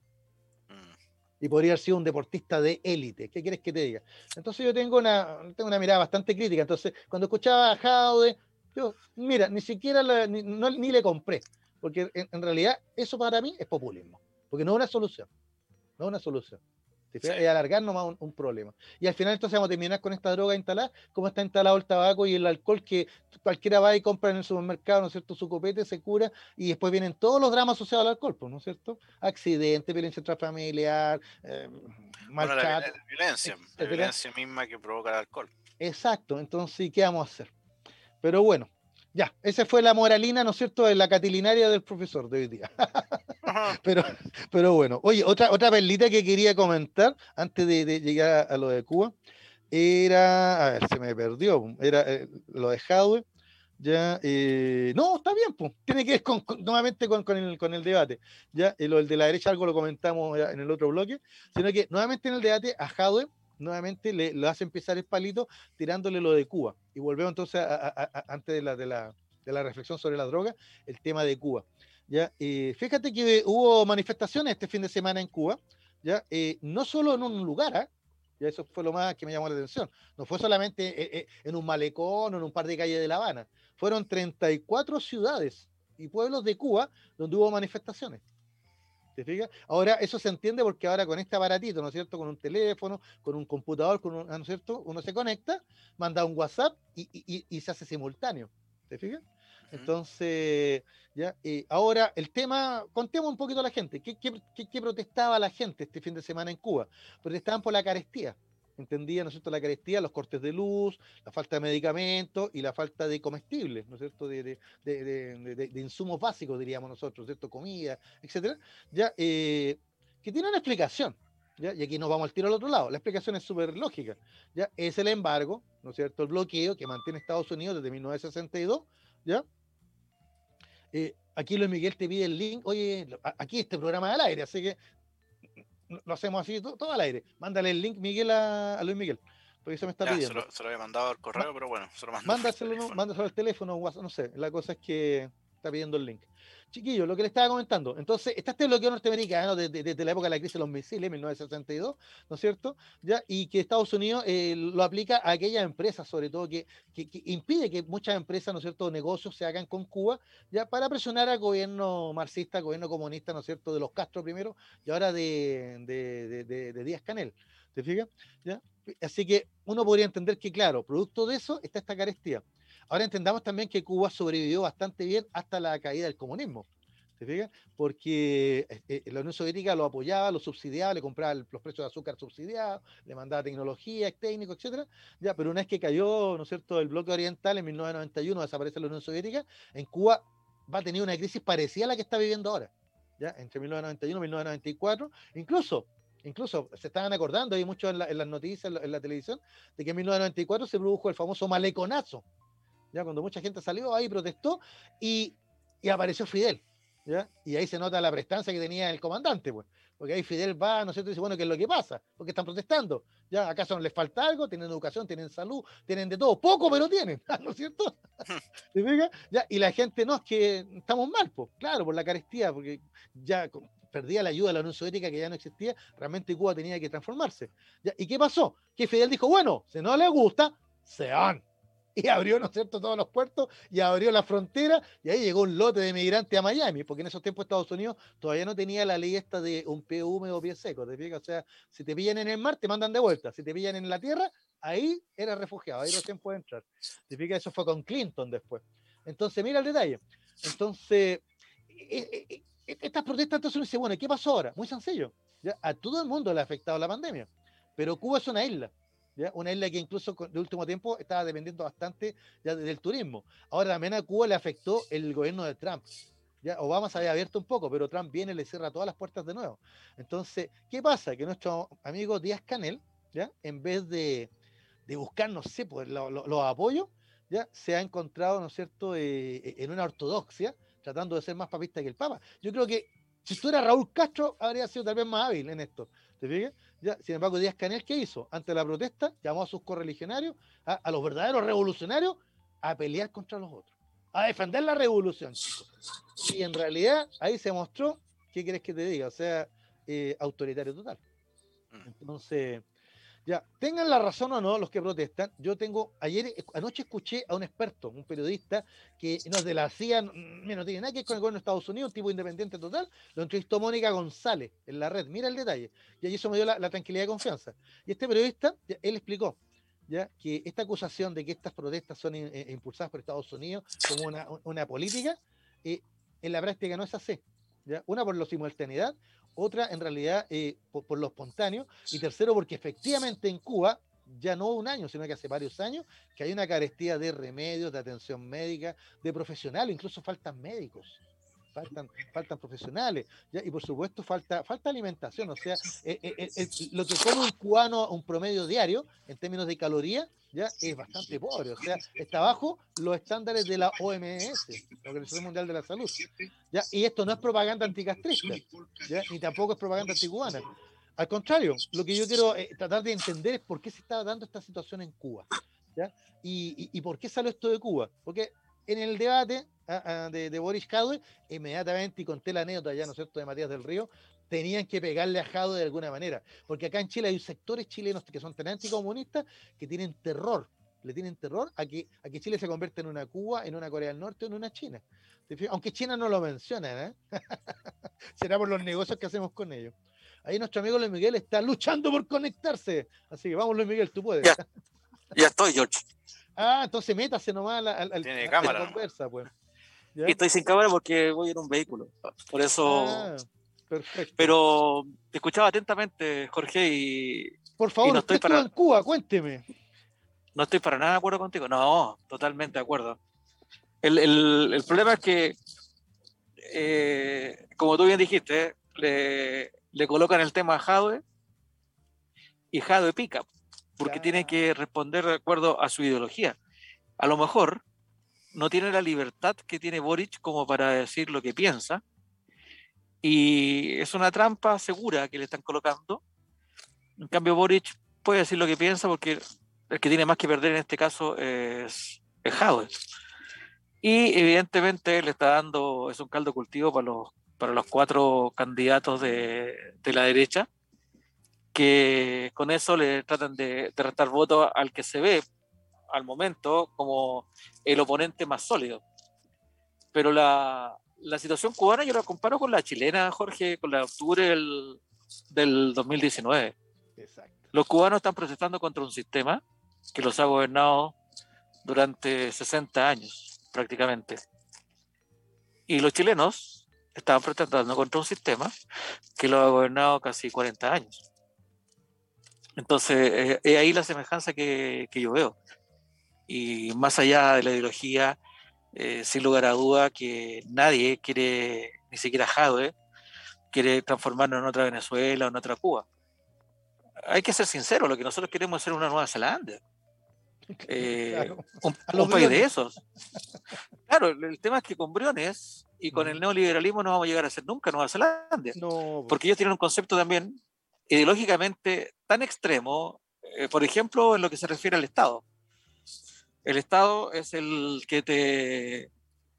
Y podría haber sido un deportista de élite. ¿Qué quieres que te diga? Entonces yo tengo una mirada bastante crítica. Entonces, cuando escuchaba a Jaude, yo, mira, ni siquiera ni le compré. Porque en realidad eso para mí es populismo. Porque no es una solución. No es una solución. Sí. Es alargar nomás un problema. Y al final entonces vamos a terminar con esta droga instalada, como está instalado el tabaco y el alcohol, que cualquiera va y compra en el supermercado, ¿no es cierto?, su copete, se cura, y después vienen todos los dramas asociados al alcohol, ¿no es cierto? Accidente, violencia intrafamiliar, maltrato. La violencia misma que provoca el alcohol. Exacto, entonces, ¿qué vamos a hacer? Pero bueno, ya, esa fue la moralina, ¿no es cierto?, de la catilinaria del profesor de hoy día. Pero bueno, oye, otra perlita que quería comentar antes de llegar a lo de Cuba era, a ver, se me perdió, era lo de Jadwe, ya, no, está bien, pues, tiene que ver nuevamente con el debate, ya, lo del de la derecha algo lo comentamos en el otro bloque, sino que nuevamente en el debate a Jadwe nuevamente le hace empezar el palito tirándole lo de Cuba, y volvemos entonces antes de la reflexión sobre la droga, el tema de Cuba. ¿Ya? Fíjate que hubo manifestaciones este fin de semana en Cuba, ¿ya? No solo en un lugar, ya eso fue lo más que me llamó la atención, no fue solamente en un malecón o en un par de calles de La Habana, fueron 34 ciudades y pueblos de Cuba donde hubo manifestaciones. ¿Te fijas? Ahora eso se entiende porque ahora con este aparatito, ¿no es cierto?, con un teléfono, con un computador, ¿no es cierto?, uno se conecta, manda un WhatsApp y se hace simultáneo. ¿Te fijas? Entonces, ya, ahora el tema, contemos un poquito a la gente. ¿Qué protestaba la gente este fin de semana en Cuba? Protestaban por la carestía. Entendían, ¿no es cierto?, la carestía, los cortes de luz, la falta de medicamentos y la falta de comestibles, ¿no es cierto?, de insumos básicos, diríamos nosotros, ¿cierto?, comida, etcétera, ya, que tiene una explicación. ¿Ya? Y aquí nos vamos al tiro al otro lado. La explicación es súper lógica. ¿Ya? Es el embargo, ¿no es cierto?, el bloqueo que mantiene Estados Unidos desde 1962, ¿ya? Aquí Luis Miguel te pide el link. Oye, aquí este programa es al aire, así que lo hacemos así todo al aire. Mándale el link, Miguel, a Luis Miguel, porque eso me está pidiendo. Se lo había mandado al correo, pero bueno, se lo mandó. Mándaselo al teléfono, no sé. La cosa es que está pidiendo el link. Chiquillos, lo que le estaba comentando. Entonces, está este bloqueo norteamericano desde la época de la crisis de los misiles, 1962, ¿no es cierto? ¿Ya? Y que Estados Unidos lo aplica a aquellas empresas, sobre todo, que impide que muchas empresas, ¿no es cierto?, negocios se hagan con Cuba, ya, para presionar al gobierno marxista, al gobierno comunista, ¿no es cierto?, de los Castro primero, y ahora de Díaz-Canel. ¿Te fijas? ¿Ya? Así que uno podría entender que, claro, producto de eso está esta carestía. Ahora entendamos también que Cuba sobrevivió bastante bien hasta la caída del comunismo, ¿te fijas? Porque la Unión Soviética lo apoyaba, lo subsidiaba, le compraba los precios de azúcar subsidiados, le mandaba tecnología, técnico, etcétera. Ya, pero una vez que cayó, ¿no es cierto?, el bloque oriental en 1991, desaparece la Unión Soviética, en Cuba va a tener una crisis parecida a la que está viviendo ahora, ya, entre 1991 y 1994, incluso se estaban acordando, hay mucho en las noticias, en la televisión, de que en 1994 se produjo el famoso maleconazo, ya, cuando mucha gente salió ahí, protestó, y apareció Fidel, ¿ya? Y ahí se nota la prestancia que tenía el comandante, pues, porque ahí Fidel va, ¿no es cierto?, y dice, bueno, ¿qué es lo que pasa? ¿Por qué están protestando? ¿Ya? ¿Acaso no les falta algo? Tienen educación, tienen salud, tienen de todo, poco, pero tienen, ¿no es cierto? ¿Te fijas? ¿Ya? Y la gente, no, es que estamos mal, pues, claro, por la carestía, porque ya perdía la ayuda de la Unión Soviética, que ya no existía, realmente Cuba tenía que transformarse, ¿ya? ¿Y qué pasó? Que Fidel dijo, bueno, si no les gusta, se van. Y abrió, ¿no es cierto?, todos los puertos, y abrió la frontera, y ahí llegó un lote de migrantes a Miami, porque en esos tiempos Estados Unidos todavía no tenía la ley esta de un pie húmedo, pie seco, ¿te fijas? O sea, si te pillan en el mar, te mandan de vuelta, si te pillan en la tierra, ahí eres refugiado, ahí recién puedes entrar. ¿Te fijas? Eso fue con Clinton después. Entonces, mira el detalle. Entonces, estas protestas, entonces uno dice, bueno, ¿qué pasó ahora? Muy sencillo. ¿Ya? A todo el mundo le ha afectado la pandemia, pero Cuba es una isla. ¿Ya? Una isla que incluso de último tiempo estaba dependiendo bastante ya del turismo. Ahora también a Cuba le afectó el gobierno de Trump, ¿ya? Obama se había abierto un poco, pero Trump viene y le cierra todas las puertas de nuevo. Entonces, ¿qué pasa? Que nuestro amigo Díaz-Canel, ¿ya? En vez de buscar, no sé, pues, los apoyos, ¿ya? Se ha encontrado, ¿no es cierto?, en una ortodoxia, tratando de ser más papista que el Papa. Yo creo que si tú eras Raúl Castro, habría sido tal vez más hábil en esto. ¿Te fijas? ¿Ya? Sin embargo, Díaz-Canel, ¿qué hizo? Ante la protesta, llamó a sus correligionarios, a los verdaderos revolucionarios, a pelear contra los otros, a defender la revolución, chicos. Y en realidad, ahí se mostró, ¿qué querés que te diga? O sea, autoritario total. Entonces, ya, tengan la razón o no los que protestan. Yo anoche escuché a un experto, un periodista que no es de la CIA, no tiene nada que ver con el gobierno de Estados Unidos, un tipo independiente total. Lo entrevistó Mónica González en la red. Mira el detalle. Y ahí eso me dio la tranquilidad y confianza. Y este periodista, él explicó, ¿ya?, que esta acusación de que estas protestas son impulsadas por Estados Unidos como una política, en la práctica no es así, ¿ya? Una, por la simultaneidad; otra, en realidad, por lo espontáneo; y tercero, porque efectivamente en Cuba, ya no un año, sino que hace varios años, que hay una carestía de remedios, de atención médica, de profesionales, incluso faltan médicos. Faltan profesionales, ¿ya? Y por supuesto falta alimentación. O sea, lo que come un cubano, un promedio diario en términos de calorías, ya es bastante pobre. O sea, está bajo los estándares de la OMS, la Organización Mundial de la Salud, ¿ya? Y esto no es propaganda anticastrista, ¿ya? Ni tampoco es propaganda anticubana. Al contrario, lo que yo quiero tratar de entender es por qué se está dando esta situación en Cuba, ¿ya? Y por qué salió esto de Cuba. Porque en el debate de Boris Jadwe, inmediatamente, y conté la anécdota ya, ¿no es cierto?, de Matías del Río, tenían que pegarle a Jadwe de alguna manera, porque acá en Chile hay sectores chilenos que son tan anticomunistas que le tienen terror a que Chile se convierta en una Cuba, en una Corea del Norte o en una China. Aunque China no lo menciona, será por los negocios que hacemos con ellos. Ahí nuestro amigo Luis Miguel está luchando por conectarse, así que vamos, Luis Miguel, tú puedes. Ya estoy, George. Entonces métase nomás Tiene cámara, la conversa, pues. Y estoy sin cámara porque voy en un vehículo, por eso. Perfecto. Pero te escuchaba atentamente, Jorge, y por favor, y no estoy en Cuba, cuénteme. No estoy para nada de acuerdo contigo. No, totalmente de acuerdo. El problema es que, como tú bien dijiste, le colocan el tema a Jadwe y Jadwe pica, porque tiene que responder de acuerdo a su ideología. A lo mejor no tiene la libertad que tiene Boric como para decir lo que piensa, y es una trampa segura que le están colocando. En cambio, Boric puede decir lo que piensa porque el que tiene más que perder en este caso es Jadwe. Y evidentemente le está dando, es un caldo de cultivo para los 4 candidatos de la derecha, que con eso le tratan de restar votos al que se ve al momento como el oponente más sólido. Pero la situación cubana yo la comparo con la chilena, Jorge, con la de octubre del 2019. Exacto. Los cubanos están protestando contra un sistema que los ha gobernado durante 60 años prácticamente. Y los chilenos estaban protestando contra un sistema que lo ha gobernado casi 40 años. Entonces, es ahí la semejanza que yo veo. Y más allá de la ideología, sin lugar a duda que nadie quiere, ni siquiera Jadwe, quiere transformarnos en otra Venezuela o en otra Cuba. Hay que ser sincero, lo que nosotros queremos es ser una Nueva Zelanda. Claro. un país de esos. Claro, el tema es que con Briones y con el neoliberalismo no vamos a llegar a ser nunca Nueva Zelanda. No. Porque ellos tienen un concepto también ideológicamente tan extremo, por ejemplo, en lo que se refiere al Estado. El Estado es el que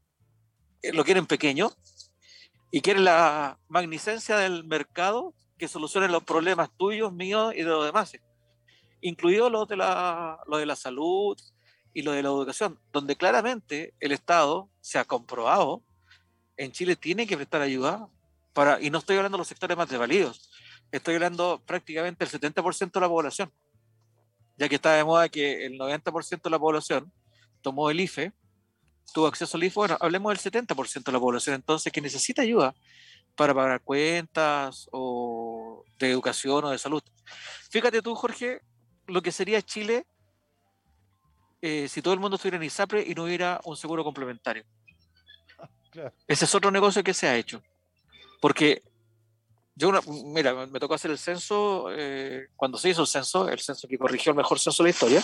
lo quieren pequeño y quieren la magnificencia del mercado que solucione los problemas tuyos, míos y de los demás, incluido lo de la salud y lo de la educación, donde claramente el Estado se ha comprobado en Chile tiene que prestar ayuda y no estoy hablando de los sectores más desvalidos, estoy hablando prácticamente del 70% de la población, ya que está de moda que el 90% de la población tomó el IFE, tuvo acceso al IFE. Bueno, hablemos del 70% de la población entonces que necesita ayuda para pagar cuentas o de educación o de salud. Fíjate tú, Jorge, lo que sería Chile si todo el mundo estuviera en ISAPRE y no hubiera un seguro complementario. Claro. Ese es otro negocio que se ha hecho. Porque mira, me tocó hacer el censo, cuando se hizo el censo que corrigió el mejor censo de la historia.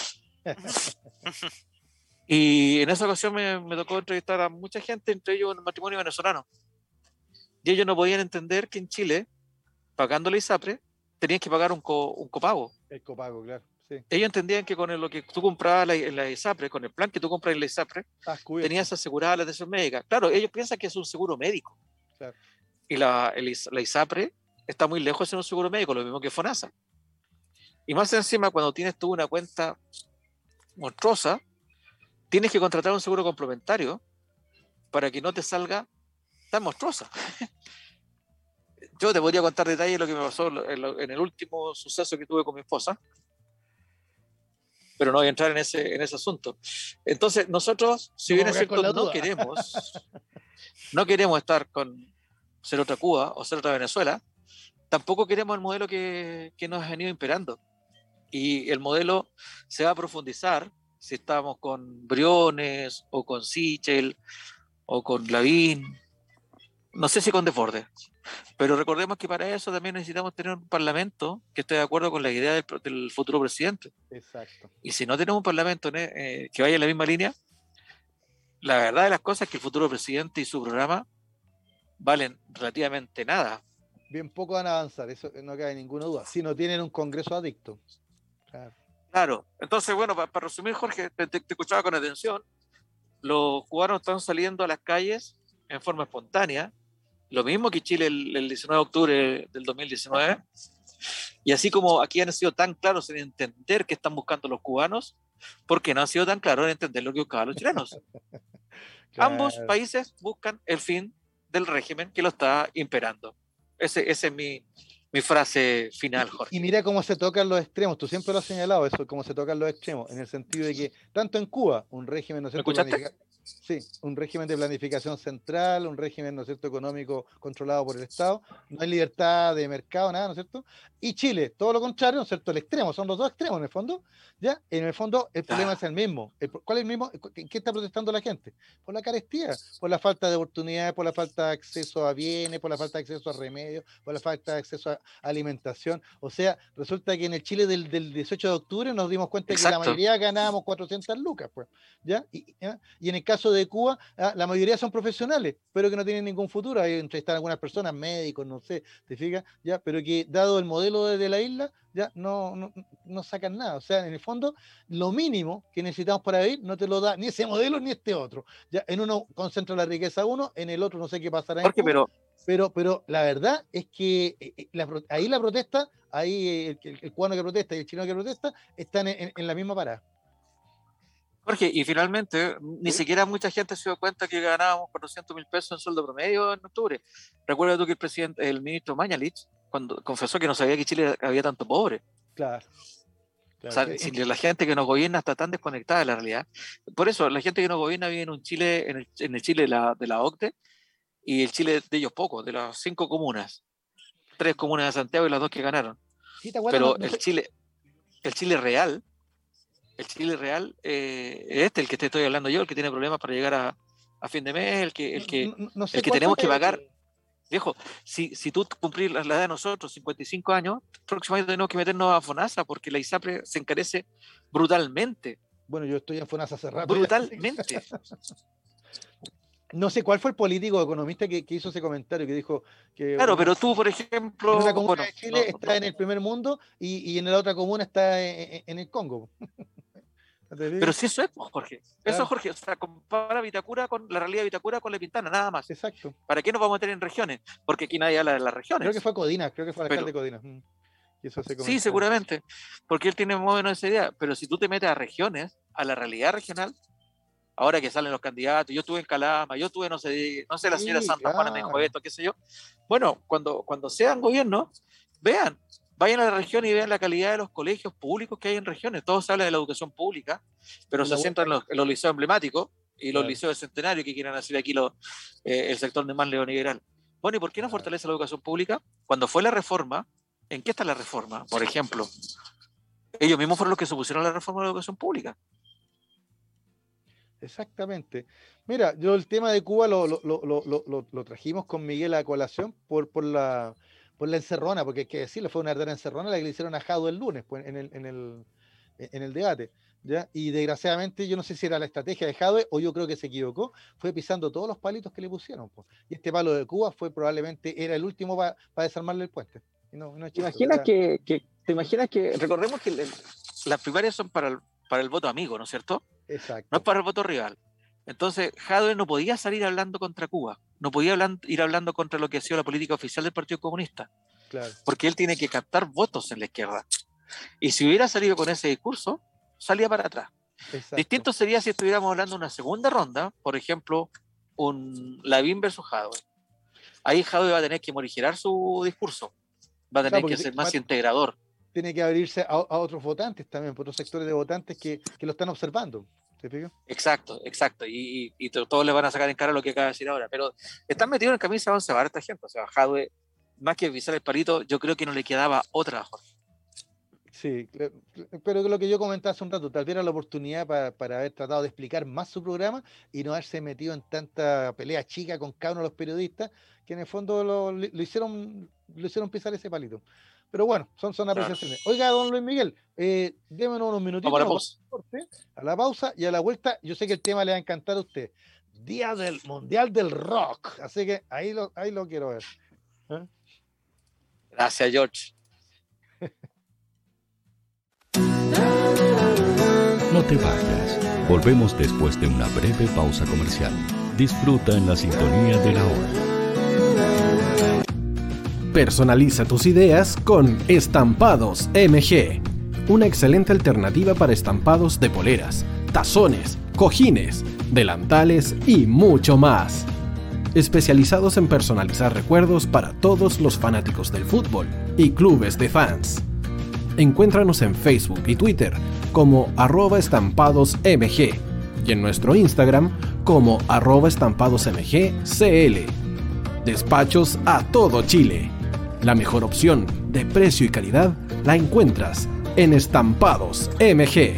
Y en esa ocasión me tocó entrevistar a mucha gente, entre ellos un matrimonio venezolano. Y ellos no podían entender que en Chile, pagando la ISAPRE, tenías que pagar un copago. El copago, claro. Sí. Ellos entendían que con lo que tú comprabas la ISAPRE, con el plan que tú compras en la ISAPRE, tenías asegurada la atención médica. Claro, ellos piensan que es un seguro médico. Claro. Y la ISAPRE está muy lejos de ser un seguro médico, lo mismo que FONASA. Y más encima, cuando tienes tú una cuenta monstruosa, tienes que contratar un seguro complementario para que no te salga tan monstruosa. Yo te podría contar detalles de lo que me pasó en el último suceso que tuve con mi esposa, pero no voy a entrar en ese asunto. Entonces, nosotros, si bien es cierto, no queremos estar con ser otra Cuba o ser otra Venezuela, tampoco queremos el modelo que nos ha venido imperando. Y el modelo se va a profundizar si estamos con Briones o con Sichel o con Lavín, no sé si con Desbordes, pero recordemos que para eso también necesitamos tener un parlamento que esté de acuerdo con la idea del futuro presidente. Exacto. Y si no tenemos un parlamento que vaya en la misma línea, la verdad de las cosas es que el futuro presidente y su programa valen relativamente nada. Bien poco van a avanzar, eso no cabe ninguna duda, si no tienen un Congreso adicto. Claro. Entonces, bueno, para resumir, Jorge, te escuchaba con atención. Los cubanos están saliendo a las calles en forma espontánea, lo mismo que Chile el 19 de octubre del 2019, y así como aquí han sido tan claros en entender qué están buscando los cubanos, porque no han sido tan claros en entender lo que buscaban los chilenos. Claro. Ambos países buscan el fin del régimen que lo está imperando. Ese es mi frase final, Jorge. Y mira cómo se tocan los extremos, tú siempre lo has señalado eso, cómo se tocan los extremos, en el sentido de que, tanto en Cuba, un régimen, ¿no es cierto? Sí, un régimen de planificación central, un régimen, ¿no es cierto?, económico controlado por el Estado, no hay libertad de mercado, nada, ¿no es cierto? Y Chile, todo lo contrario, ¿no es cierto?, el extremo, son los dos extremos en el fondo, ¿ya? En el fondo el problema es el mismo. ¿Cuál es el mismo? ¿Qué está protestando la gente? Por la carestía, por la falta de oportunidades, por la falta de acceso a bienes, por la falta de acceso a remedios, por la falta de acceso a alimentación. O sea, resulta que en el Chile del 18 de octubre nos dimos cuenta que la mayoría ganábamos 400 lucas, pues, ¿ya? Y en el caso de Cuba, la mayoría son profesionales, pero que no tienen ningún futuro. Hay entrevistar a algunas personas, médicos, no sé, ¿te fijas? ¿Ya? Pero que dado el modelo de la isla, ya no sacan nada. O sea, en el fondo, lo mínimo que necesitamos para vivir no te lo da ni ese modelo ni este otro. Ya en uno concentra la riqueza uno, en el otro no sé qué pasará. Porque, pero la verdad es que ahí la protesta, ahí el cubano que protesta y el chileno que protesta están en la misma parada. Jorge, y finalmente, ni siquiera mucha gente se dio cuenta que ganábamos 400.000 pesos en sueldo promedio en octubre. Recuerda tú que el ministro Mañalich, cuando confesó que no sabía que Chile había tanto pobre. Claro. O sea, si la gente que nos gobierna está tan desconectada de la realidad. Por eso, la gente que nos gobierna vive en un Chile, en el Chile de la OCDE, y el Chile de ellos pocos, de las 5 comunas. 3 comunas de Santiago y las 2 que ganaron. Sí, pero el Chile real, es el que te estoy hablando yo, el que tiene problemas para llegar a fin de mes, el que tenemos que pagar. Viejo, si tú cumplís la edad de nosotros, 55 años, próximo año tenemos que meternos a FONASA porque la ISAPRE se encarece brutalmente. Bueno, yo estoy en FONASA hace rato. Brutalmente. No sé cuál fue el político o economista que hizo ese comentario, que dijo que... Claro, pero tú, por ejemplo... Una comuna de Chile está en el primer mundo y en la otra comuna está en el Congo. Pero si eso es, Jorge. Claro. Eso, Jorge, o sea, compara Vitacura con la realidad de Vitacura con La Pintana, nada más. Exacto. ¿Para qué nos vamos a meter en regiones? Porque aquí nadie habla de las regiones. Creo que fue Codina, el alcalde de Codina. Y eso sí, seguramente, porque él tiene más o menos esa idea. Pero si tú te metes a regiones, a la realidad regional, ahora que salen los candidatos, yo estuve en Calama, yo estuve, no sé, la señora Santa Juana me dijo esto, qué sé yo. Bueno, cuando sean gobierno, vayan a la región y vean la calidad de los colegios públicos que hay en regiones. Todos se habla de la educación pública, pero se centran en los liceos emblemáticos y los liceos de centenario que quieran hacer aquí el sector de más neoliberal. Bueno, ¿y por qué no fortalece la educación pública? Cuando fue la reforma, ¿en qué está la reforma? Por ejemplo, ellos mismos fueron los que se opusieron a la reforma de la educación pública. Exactamente. Mira, yo el tema de Cuba lo trajimos con Miguel a colación por la encerrona, porque hay que decirlo, fue una verdadera encerrona la que le hicieron a Jado el lunes pues, en el debate. ¿Ya? Y desgraciadamente yo no sé si era la estrategia de Jadwe o yo creo que se equivocó, fue pisando todos los palitos que le pusieron. Pues. Y este palo de Cuba era el último para desarmarle el puente. ¿Te imaginas que recordemos que las primarias son para el voto amigo, ¿no es cierto? Exacto. No es para el voto rival. Entonces Jadwe no podía salir hablando contra Cuba, no podía ir hablando contra lo que ha sido la política oficial del Partido Comunista. Claro. Porque él tiene que captar votos en la izquierda. Y si hubiera salido con ese discurso, salía para atrás. Exacto. Distinto sería si estuviéramos hablando de una segunda ronda, por ejemplo, un Lavín versus Jadwe. Ahí Jadwe va a tener que morigerar su discurso, va a tener que ser más integrador. Tiene que abrirse a otros votantes también, por otros sectores de votantes que lo están observando. ¿Te fijas? Exacto. Y todos le van a sacar en cara lo que acaba de decir ahora. Pero están metidos en camisa de once varas esta gente. O sea, Jadwe, más que pisar el palito, yo creo que no le quedaba otra, Jorge. Sí, pero lo que yo comentaba hace un rato, tal vez era la oportunidad para haber tratado de explicar más su programa y no haberse metido en tanta pelea chica con cada uno de los periodistas que en el fondo lo hicieron pisar ese palito. Pero bueno, son apreciaciones. Oiga, don Luis Miguel, démonos unos minutitos a la pausa y a la vuelta. Yo sé que el tema le va a encantar a usted. Día del Mundial del Rock. Así que ahí lo quiero ver. ¿Eh? Gracias, George. No te vayas. Volvemos después de una breve pausa comercial. Disfruta en la sintonía de la hora. Personaliza tus ideas con Estampados MG. Una excelente alternativa para estampados de poleras, tazones, cojines, delantales y mucho más. Especializados en personalizar recuerdos para todos los fanáticos del fútbol y clubes de fans. Encuéntranos en Facebook y Twitter como @estampadosmg y en nuestro Instagram como @estampadosmgcl. Despachos a todo Chile. La mejor opción de precio y calidad la encuentras en Estampados MG.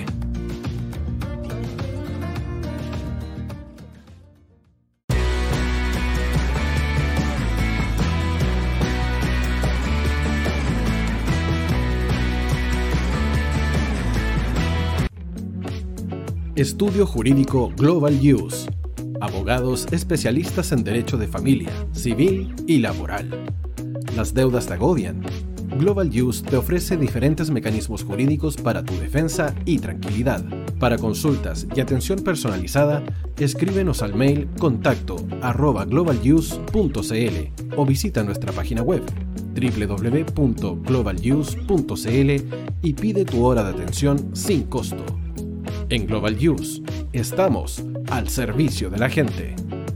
Estudio Jurídico Global Use. Abogados especialistas en derecho de familia, civil y laboral. Las deudas te agobian. Global Use te ofrece diferentes mecanismos jurídicos para tu defensa y tranquilidad. Para consultas y atención personalizada, escríbenos al mail contacto@globaluse.cl o visita nuestra página web www.globaluse.cl y pide tu hora de atención sin costo. En Global Use, estamos al servicio de la gente.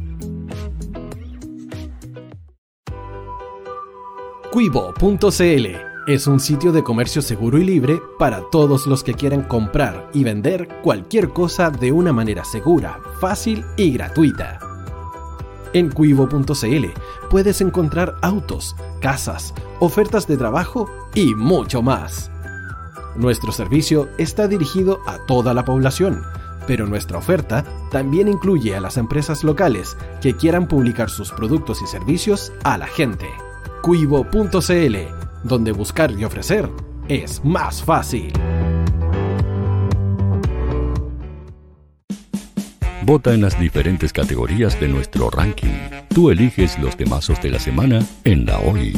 Quibo.cl es un sitio de comercio seguro y libre para todos los que quieran comprar y vender cualquier cosa de una manera segura, fácil y gratuita. En Quibo.cl puedes encontrar autos, casas, ofertas de trabajo y mucho más. Nuestro servicio está dirigido a toda la población, pero nuestra oferta también incluye a las empresas locales que quieran publicar sus productos y servicios a la gente. Quibo.cl, donde buscar y ofrecer es más fácil. Vota en las diferentes categorías de nuestro ranking. Tú eliges los temazos de la semana en La Hoy.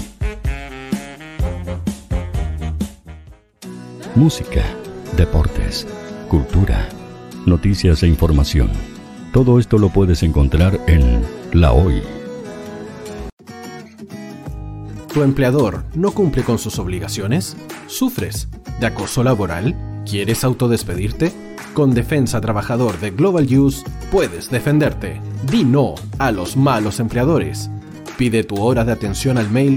Música, deportes, cultura, noticias e información. Todo esto lo puedes encontrar en La Hoy. ¿Tu empleador no cumple con sus obligaciones? ¿Sufres de acoso laboral? ¿Quieres autodespedirte? Con Defensa Trabajador de Global Use puedes defenderte. Di no a los malos empleadores. Pide tu hora de atención al mail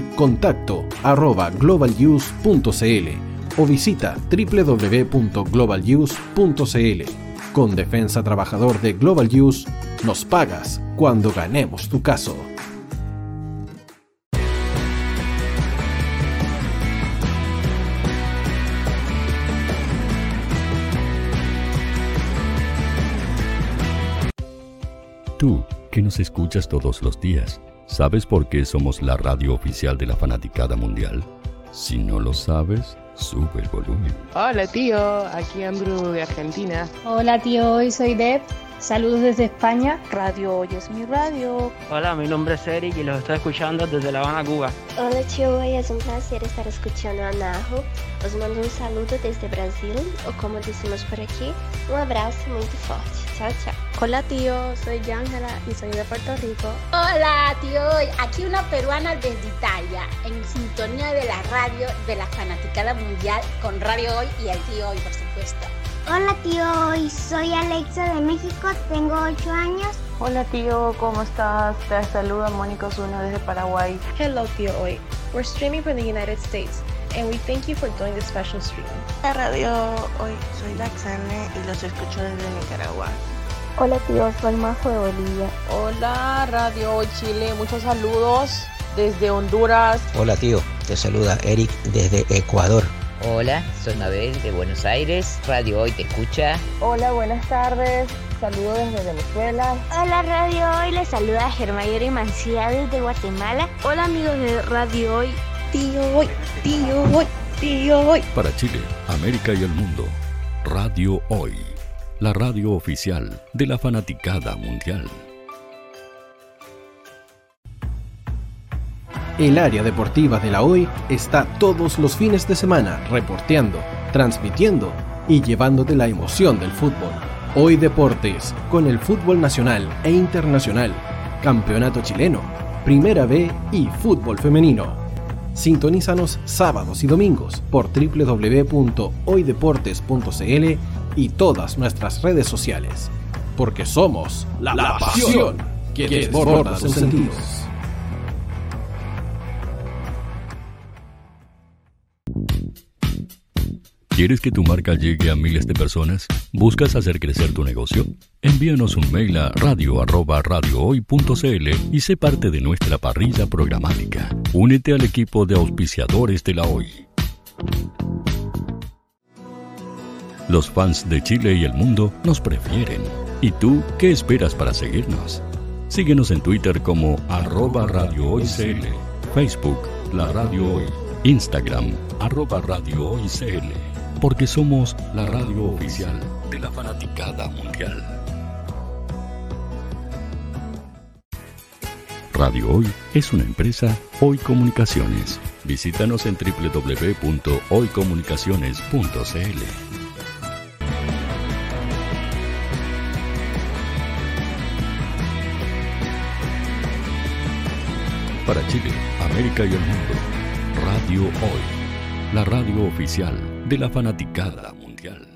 contacto@globaluse.cl o visita www.globaluse.cl. Con Defensa Trabajador de Global Use, nos pagas cuando ganemos tu caso. Tú, que nos escuchas todos los días, ¿sabes por qué somos la radio oficial de la fanaticada mundial? Si no lo sabes, sube el volumen. Hola tío, aquí Andrew de Argentina. Hola tío, hoy soy Deb. Saludos desde España. Radio Hoy es mi radio. Hola, mi nombre es Eric y los estoy escuchando desde La Habana, Cuba. Hola tío, hoy es un placer estar escuchando a Najo. Os mando un saludo desde Brasil, o como decimos por aquí, un abrazo muy fuerte. Chao, chao. Hola tío, soy Ángela y soy de Puerto Rico. Hola tío, aquí una peruana desde Italia, en sintonía de la radio de la fanaticada mundial con Radio Hoy y el tío Hoy, por supuesto. Hola tío, soy Alexa de México, tengo 8 años. Hola tío, ¿cómo estás? Te saluda Mónica Osuna desde Paraguay. Hello tío Hoy. We're streaming from the United States and we thank you for doing this special stream. La Radio Hoy, soy Laxane y los escucho desde Nicaragua. Hola tío, soy Majo de Bolivia. Hola Radio Hoy Chile, muchos saludos desde Honduras. Hola tío, te saluda Eric desde Ecuador. Hola, soy Mabel de Buenos Aires. Radio Hoy te escucha. Hola, buenas tardes. Saludos desde Venezuela. Hola Radio Hoy, les saluda Germayori Mancía desde Guatemala. Hola amigos de Radio Hoy. Tío Hoy, tío Hoy, tío Hoy. Para Chile, América y el mundo, Radio Hoy, la radio oficial de la fanaticada mundial. El área deportiva de la Hoy está todos los fines de semana reporteando, transmitiendo y llevándote la emoción del fútbol. Hoy Deportes, con el fútbol nacional e internacional, campeonato chileno, Primera B y fútbol femenino. Sintonízanos sábados y domingos por www.hoydeportes.cl y todas nuestras redes sociales. Porque somos la pasión que desborda sus sentidos. ¿Quieres que tu marca llegue a miles de personas? ¿Buscas hacer crecer tu negocio? Envíanos un mail a radio@radiohoy.cl y sé parte de nuestra parrilla programática. Únete al equipo de auspiciadores de la Hoy. Los fans de Chile y el mundo nos prefieren. ¿Y tú qué esperas para seguirnos? Síguenos en Twitter como @radiohoycl, Facebook, La Radio Hoy, Instagram, @radiohoycl. Porque somos la radio oficial de la fanaticada mundial. Radio Hoy es una empresa Hoy Comunicaciones. Visítanos en www.hoycomunicaciones.cl. Para Chile, América y el mundo, Radio Hoy, la radio oficial de la fanaticada mundial.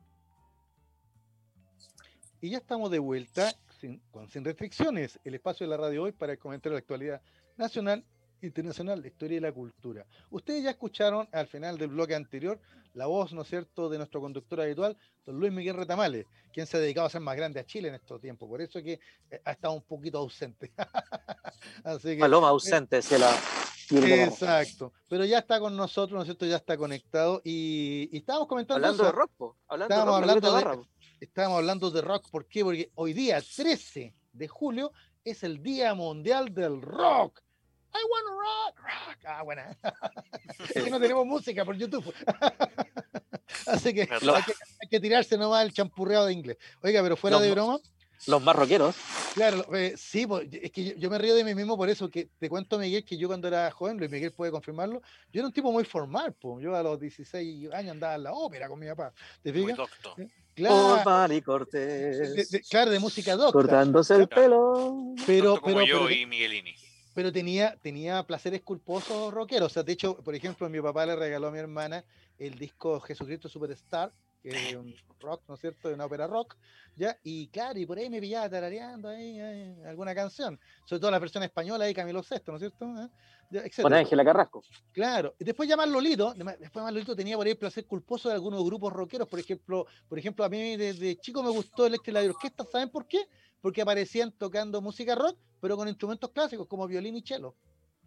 Y ya estamos de vuelta sin restricciones, el espacio de la Radio Hoy para el comentario de la actualidad nacional, internacional, la historia y la cultura. Ustedes ya escucharon al final del bloque anterior la voz, ¿no es cierto?, de nuestro conductor habitual, don Luis Miguel Retamales, quien se ha dedicado a ser más grande a Chile en estos tiempos, por eso que ha estado un poquito ausente. Así que, Paloma ausente, se la... Exacto, pero ya está con nosotros, ¿no es cierto? Ya está conectado y estábamos comentando hablando eso. de rock, estábamos hablando de rock, ¿por qué? Porque hoy día, 13 de julio, es el Día Mundial del Rock. I wanna rock. Ah, buena. Es que no tenemos música por YouTube. Así que hay que tirarse nomás el champurreado de inglés. Oiga, pero fuera de broma. Los más rockeros. Claro, sí, es que yo me río de mí mismo por eso, que te cuento, Miguel, que yo cuando era joven, Luis Miguel puede confirmarlo, yo era un tipo muy formal, po. Yo a los 16 años andaba en la ópera con mi papá. ¿Te fijas? Claro, y Cortés. Claro, de música docta. Cortándose el pelo. Pero yo y Miguelini. Pero tenía placeres culposos rockeros. O sea, de hecho, por ejemplo, mi papá le regaló a mi hermana el disco Jesucristo Superstar, que es un rock, ¿no es cierto?, de una ópera rock, ¿ya? Y claro, y por ahí me pillaba tarareando ahí alguna canción, sobre todo la versión española de Camilo VI, ¿no es cierto? Con Ángela Carrasco. Claro, y después ya más Lolito tenía por ahí placer culposo de algunos grupos rockeros, por ejemplo, a mí desde chico me gustó el Electric Light Orchestra, ¿saben por qué? Porque aparecían tocando música rock, pero con instrumentos clásicos como violín y cello.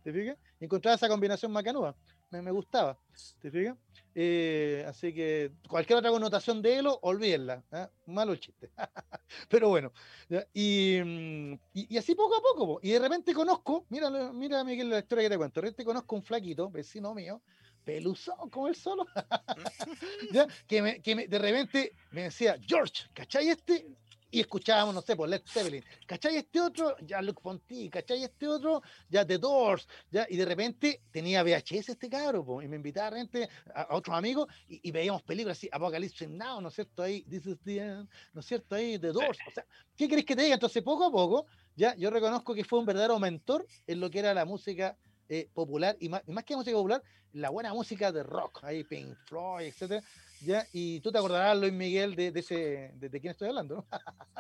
¿te fijas? Encontraba esa combinación macanuda, me gustaba, ¿te fijas? Así que cualquier otra connotación de Elo, olvídenla, ¿eh? Malo el chiste. Pero bueno, ¿ya? Y así poco a poco, y de repente conozco, mira Miguel, la historia que te cuento, de repente conozco un flaquito, vecino mío, peluzón como él solo, ¿ya? De repente me decía, George, ¿cachai este? Y escuchábamos, no sé, por Led Zeppelin, ¿cachai este otro? Ya Luke Ponty, ¿cachai este otro? Ya The Doors, ya, y de repente tenía VHS este cabro, po, y me invitaba de repente a otros amigos, y veíamos películas así, Apocalypse Now, ¿no es cierto? Ahí, This is the End, ¿no es cierto? Ahí, The Doors, o sea, ¿qué querés que te diga? Entonces, poco a poco, ya, yo reconozco que fue un verdadero mentor en lo que era la música popular, y más que música popular, la buena música de rock, ahí Pink Floyd, etcétera. ¿Ya? Y tú te acordarás, Luis Miguel, de quién estoy hablando, ¿no?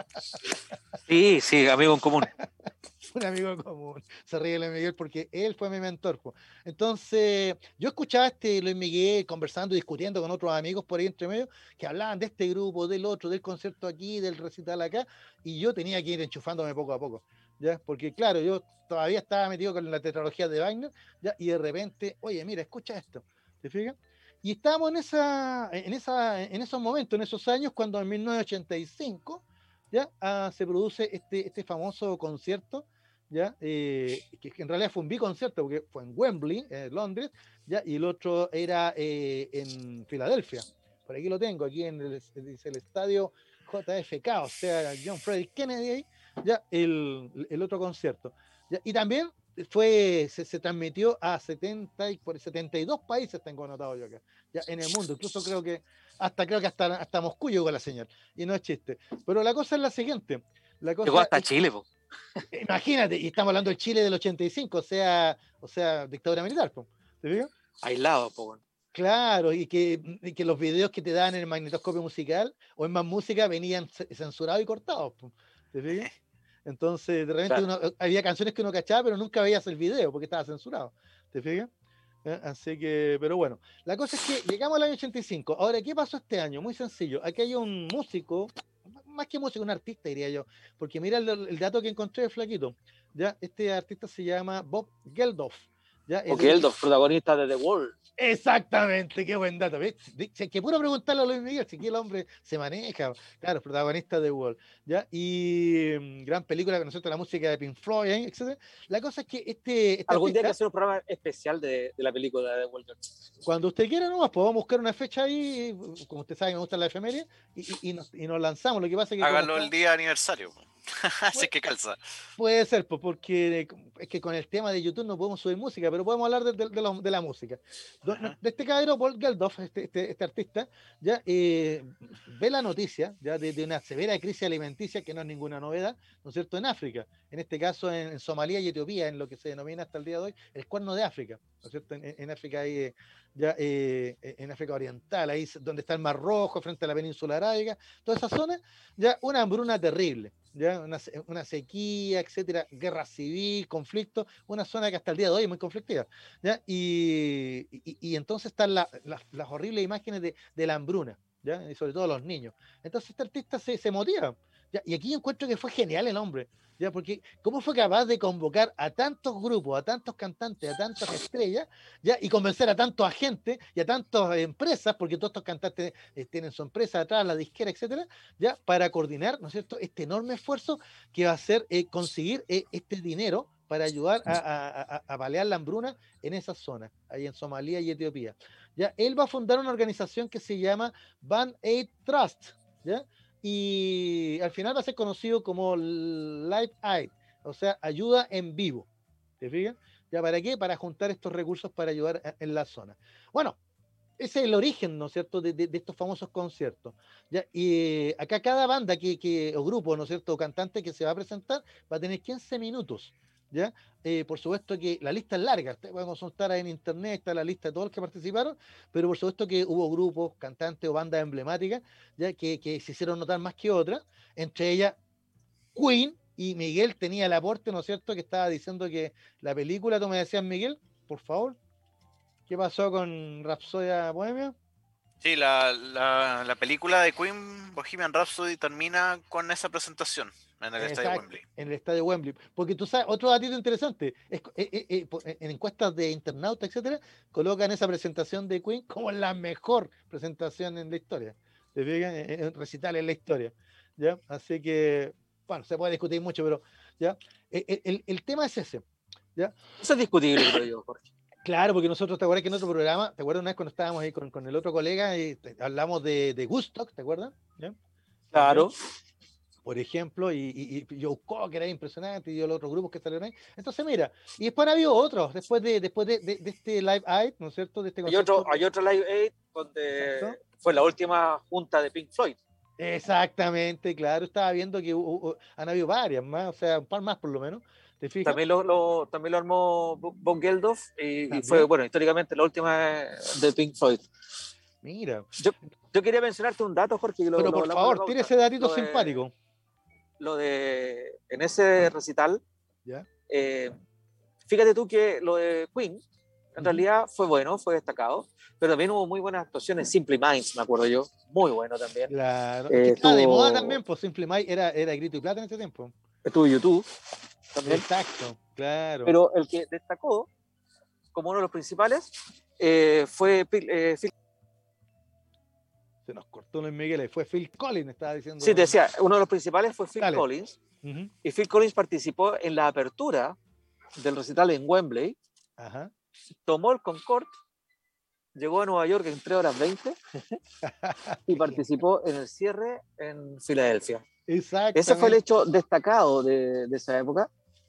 Sí, amigo en común. Un amigo en común. Se ríe Luis Miguel porque él fue mi mentor. Po. Entonces, yo escuchaba a Luis Miguel conversando y discutiendo con otros amigos por ahí entre medio que hablaban de este grupo, del otro, del concierto aquí, del recital acá, y yo tenía que ir enchufándome poco a poco. ¿Ya? Porque claro, yo todavía estaba metido con la tetralogía de Wagner, ¿ya? Y de repente, oye, mira, escucha esto. ¿Te fijas? Y estábamos en esos momentos, en esos años, cuando en 1985 ¿ya? Se produce este famoso concierto, ¿ya? Que en realidad fue un biconcierto, porque fue en Wembley, Londres, ¿ya? Y el otro era en Filadelfia. Por aquí lo tengo, aquí dice el estadio JFK, o sea, John F. Kennedy, ahí, ¿ya? El otro concierto. ¿Ya? Y también se transmitió a 72 países, tengo anotado yo acá, ya en el mundo, incluso creo que hasta Moscú llegó la señal, y no es chiste, pero la cosa es la siguiente, llegó hasta Chile, po. Imagínate, y estamos hablando del Chile del 85, o sea, dictadura militar, po. ¿Te fijas? Aislado, po. Claro, y que los videos que te dan en el magnetoscopio musical o en Más Música venían censurados y cortados, po. ¿Te fijas? Entonces, de repente había canciones que uno cachaba, pero nunca veías el video porque estaba censurado. ¿Te fijas? Así que, pero bueno, la cosa es que llegamos al año 85. Ahora, ¿qué pasó este año? Muy sencillo. Aquí hay un músico, más que músico, un artista, diría yo, porque mira el dato que encontré de flaquito. ¿Ya? Este artista se llama Bob Geldof. ¿Ya? O Geldof, protagonista de The Wall. Exactamente, qué buen dato. ¿Ves? Que puro preguntarle a Luis Miguel, si aquí el hombre se maneja. Claro, protagonista de The Wall. ¿Ya? Y gran película, con nosotros la música de Pink Floyd, etc. La cosa es que este algún artista, día hay que hacer un programa especial de la película de The Wall. Cuando usted quiera, nomás, pues vamos a buscar una fecha ahí, como usted sabe, me gusta la efeméride, y nos lanzamos. Lo que pasa es que hágalo el día aniversario. Así que calza. Puede ser, pues, porque es que con el tema de YouTube no podemos subir música, pero podemos hablar de la música. De este cabrón, Paul Geldof, este artista, ya ve la noticia ya de una severa crisis alimenticia que no es ninguna novedad, ¿no es cierto?, en África, en este caso en Somalia y Etiopía, en lo que se denomina hasta el día de hoy el Cuerno de África, ¿no es cierto?, en África ahí, en África Oriental, ahí donde está el Mar Rojo, frente a la península arábiga, toda esa zona, ya una hambruna terrible. ¿Ya? Una sequía, etcétera, guerra civil, conflicto, una zona que hasta el día de hoy es muy conflictiva, ¿ya? Y entonces están las horribles imágenes de la hambruna, ¿ya? Y sobre todo los niños. Entonces este artista se motiva, ¿ya? Y aquí encuentro que fue genial el hombre, ¿ya? Porque cómo fue capaz de convocar a tantos grupos, a tantos cantantes, a tantas estrellas, ¿ya? Y convencer a tantos agentes y a tantas empresas, porque todos estos cantantes tienen su empresa atrás, la disquera, etcétera, ¿ya? Para coordinar, ¿no es cierto?, este enorme esfuerzo que va a ser conseguir este dinero para ayudar a paliar la hambruna en esas zonas, ahí en Somalia y Etiopía. ¿Ya? Él va a fundar una organización que se llama Band Aid Trust, ¿ya? Y al final va a ser conocido como Live Aid, o sea, ayuda en vivo. ¿Te fijas? ¿Ya para qué? Para juntar estos recursos para ayudar en la zona. Bueno, ese es el origen, ¿no es cierto?, de estos famosos conciertos. ¿Ya? Y acá cada banda o grupo, ¿no es cierto?, o cantante que se va a presentar va a tener 15 minutos. ¿Ya? Por supuesto que la lista es larga, podemos consultar ahí en internet, está la lista de todos los que participaron, pero por supuesto que hubo grupos, cantantes o bandas emblemáticas, ¿ya? Que se hicieron notar más que otras, entre ellas Queen, y Miguel tenía el aporte, ¿no es cierto?, que estaba diciendo que la película, tú me decías, Miguel, por favor, ¿qué pasó con Rhapsodia Bohemia? Sí, la película de Queen, Bohemian Rhapsody, termina con esa presentación. En el estadio Wembley. En el estadio Wembley. Porque tú sabes, otro datito interesante, en encuestas de internautas, etcétera, colocan esa presentación de Queen como la mejor presentación en la historia. ¿Te fijas? En recital en la historia. ¿Ya? Así que, bueno, se puede discutir mucho, pero ¿ya? El tema es ese. ¿Ya? Eso es discutible, creo yo, Jorge. Claro, porque nosotros, ¿te acuerdas que en otro programa, te acuerdas una vez cuando estábamos ahí con el otro colega y hablamos de Woodstock, ¿te acuerdas? ¿Ya? Claro. Por ejemplo, y Joe Cocker era impresionante, y los otros grupos que salieron ahí. Entonces, mira, y después ha habido otros, después de este Live Aid, ¿no es cierto? De este hay otro Live Aid donde fue la última junta de Pink Floyd. Exactamente, claro, estaba viendo que han habido varias más, o sea, un par más por lo menos. También lo armó Bob Geldof y fue, bueno, históricamente la última de Pink Floyd. Mira. Yo quería mencionarte un dato, Jorge. Pero por favor, tire ese datito simpático. En ese recital, ¿ya? Fíjate tú que lo de Queen, en realidad fue bueno, fue destacado, pero también hubo muy buenas actuaciones. Simple Minds, me acuerdo yo, muy bueno también. Claro, estaba de moda también, pues Simple Minds era grito y plata en ese tiempo. Estuvo YouTube también. Exacto, claro. Pero el que destacó como uno de los principales fue Phil. Se nos cortó Luis Miguel, fue Phil Collins, estaba diciendo. Sí, te decía, uno de los principales fue Phil Collins, y Phil Collins participó en la apertura del recital en Wembley. Ajá. Tomó el Concorde, llegó a Nueva York en 3 horas 20 y participó en el cierre en Filadelfia. Exacto. Ese fue el hecho destacado de esa época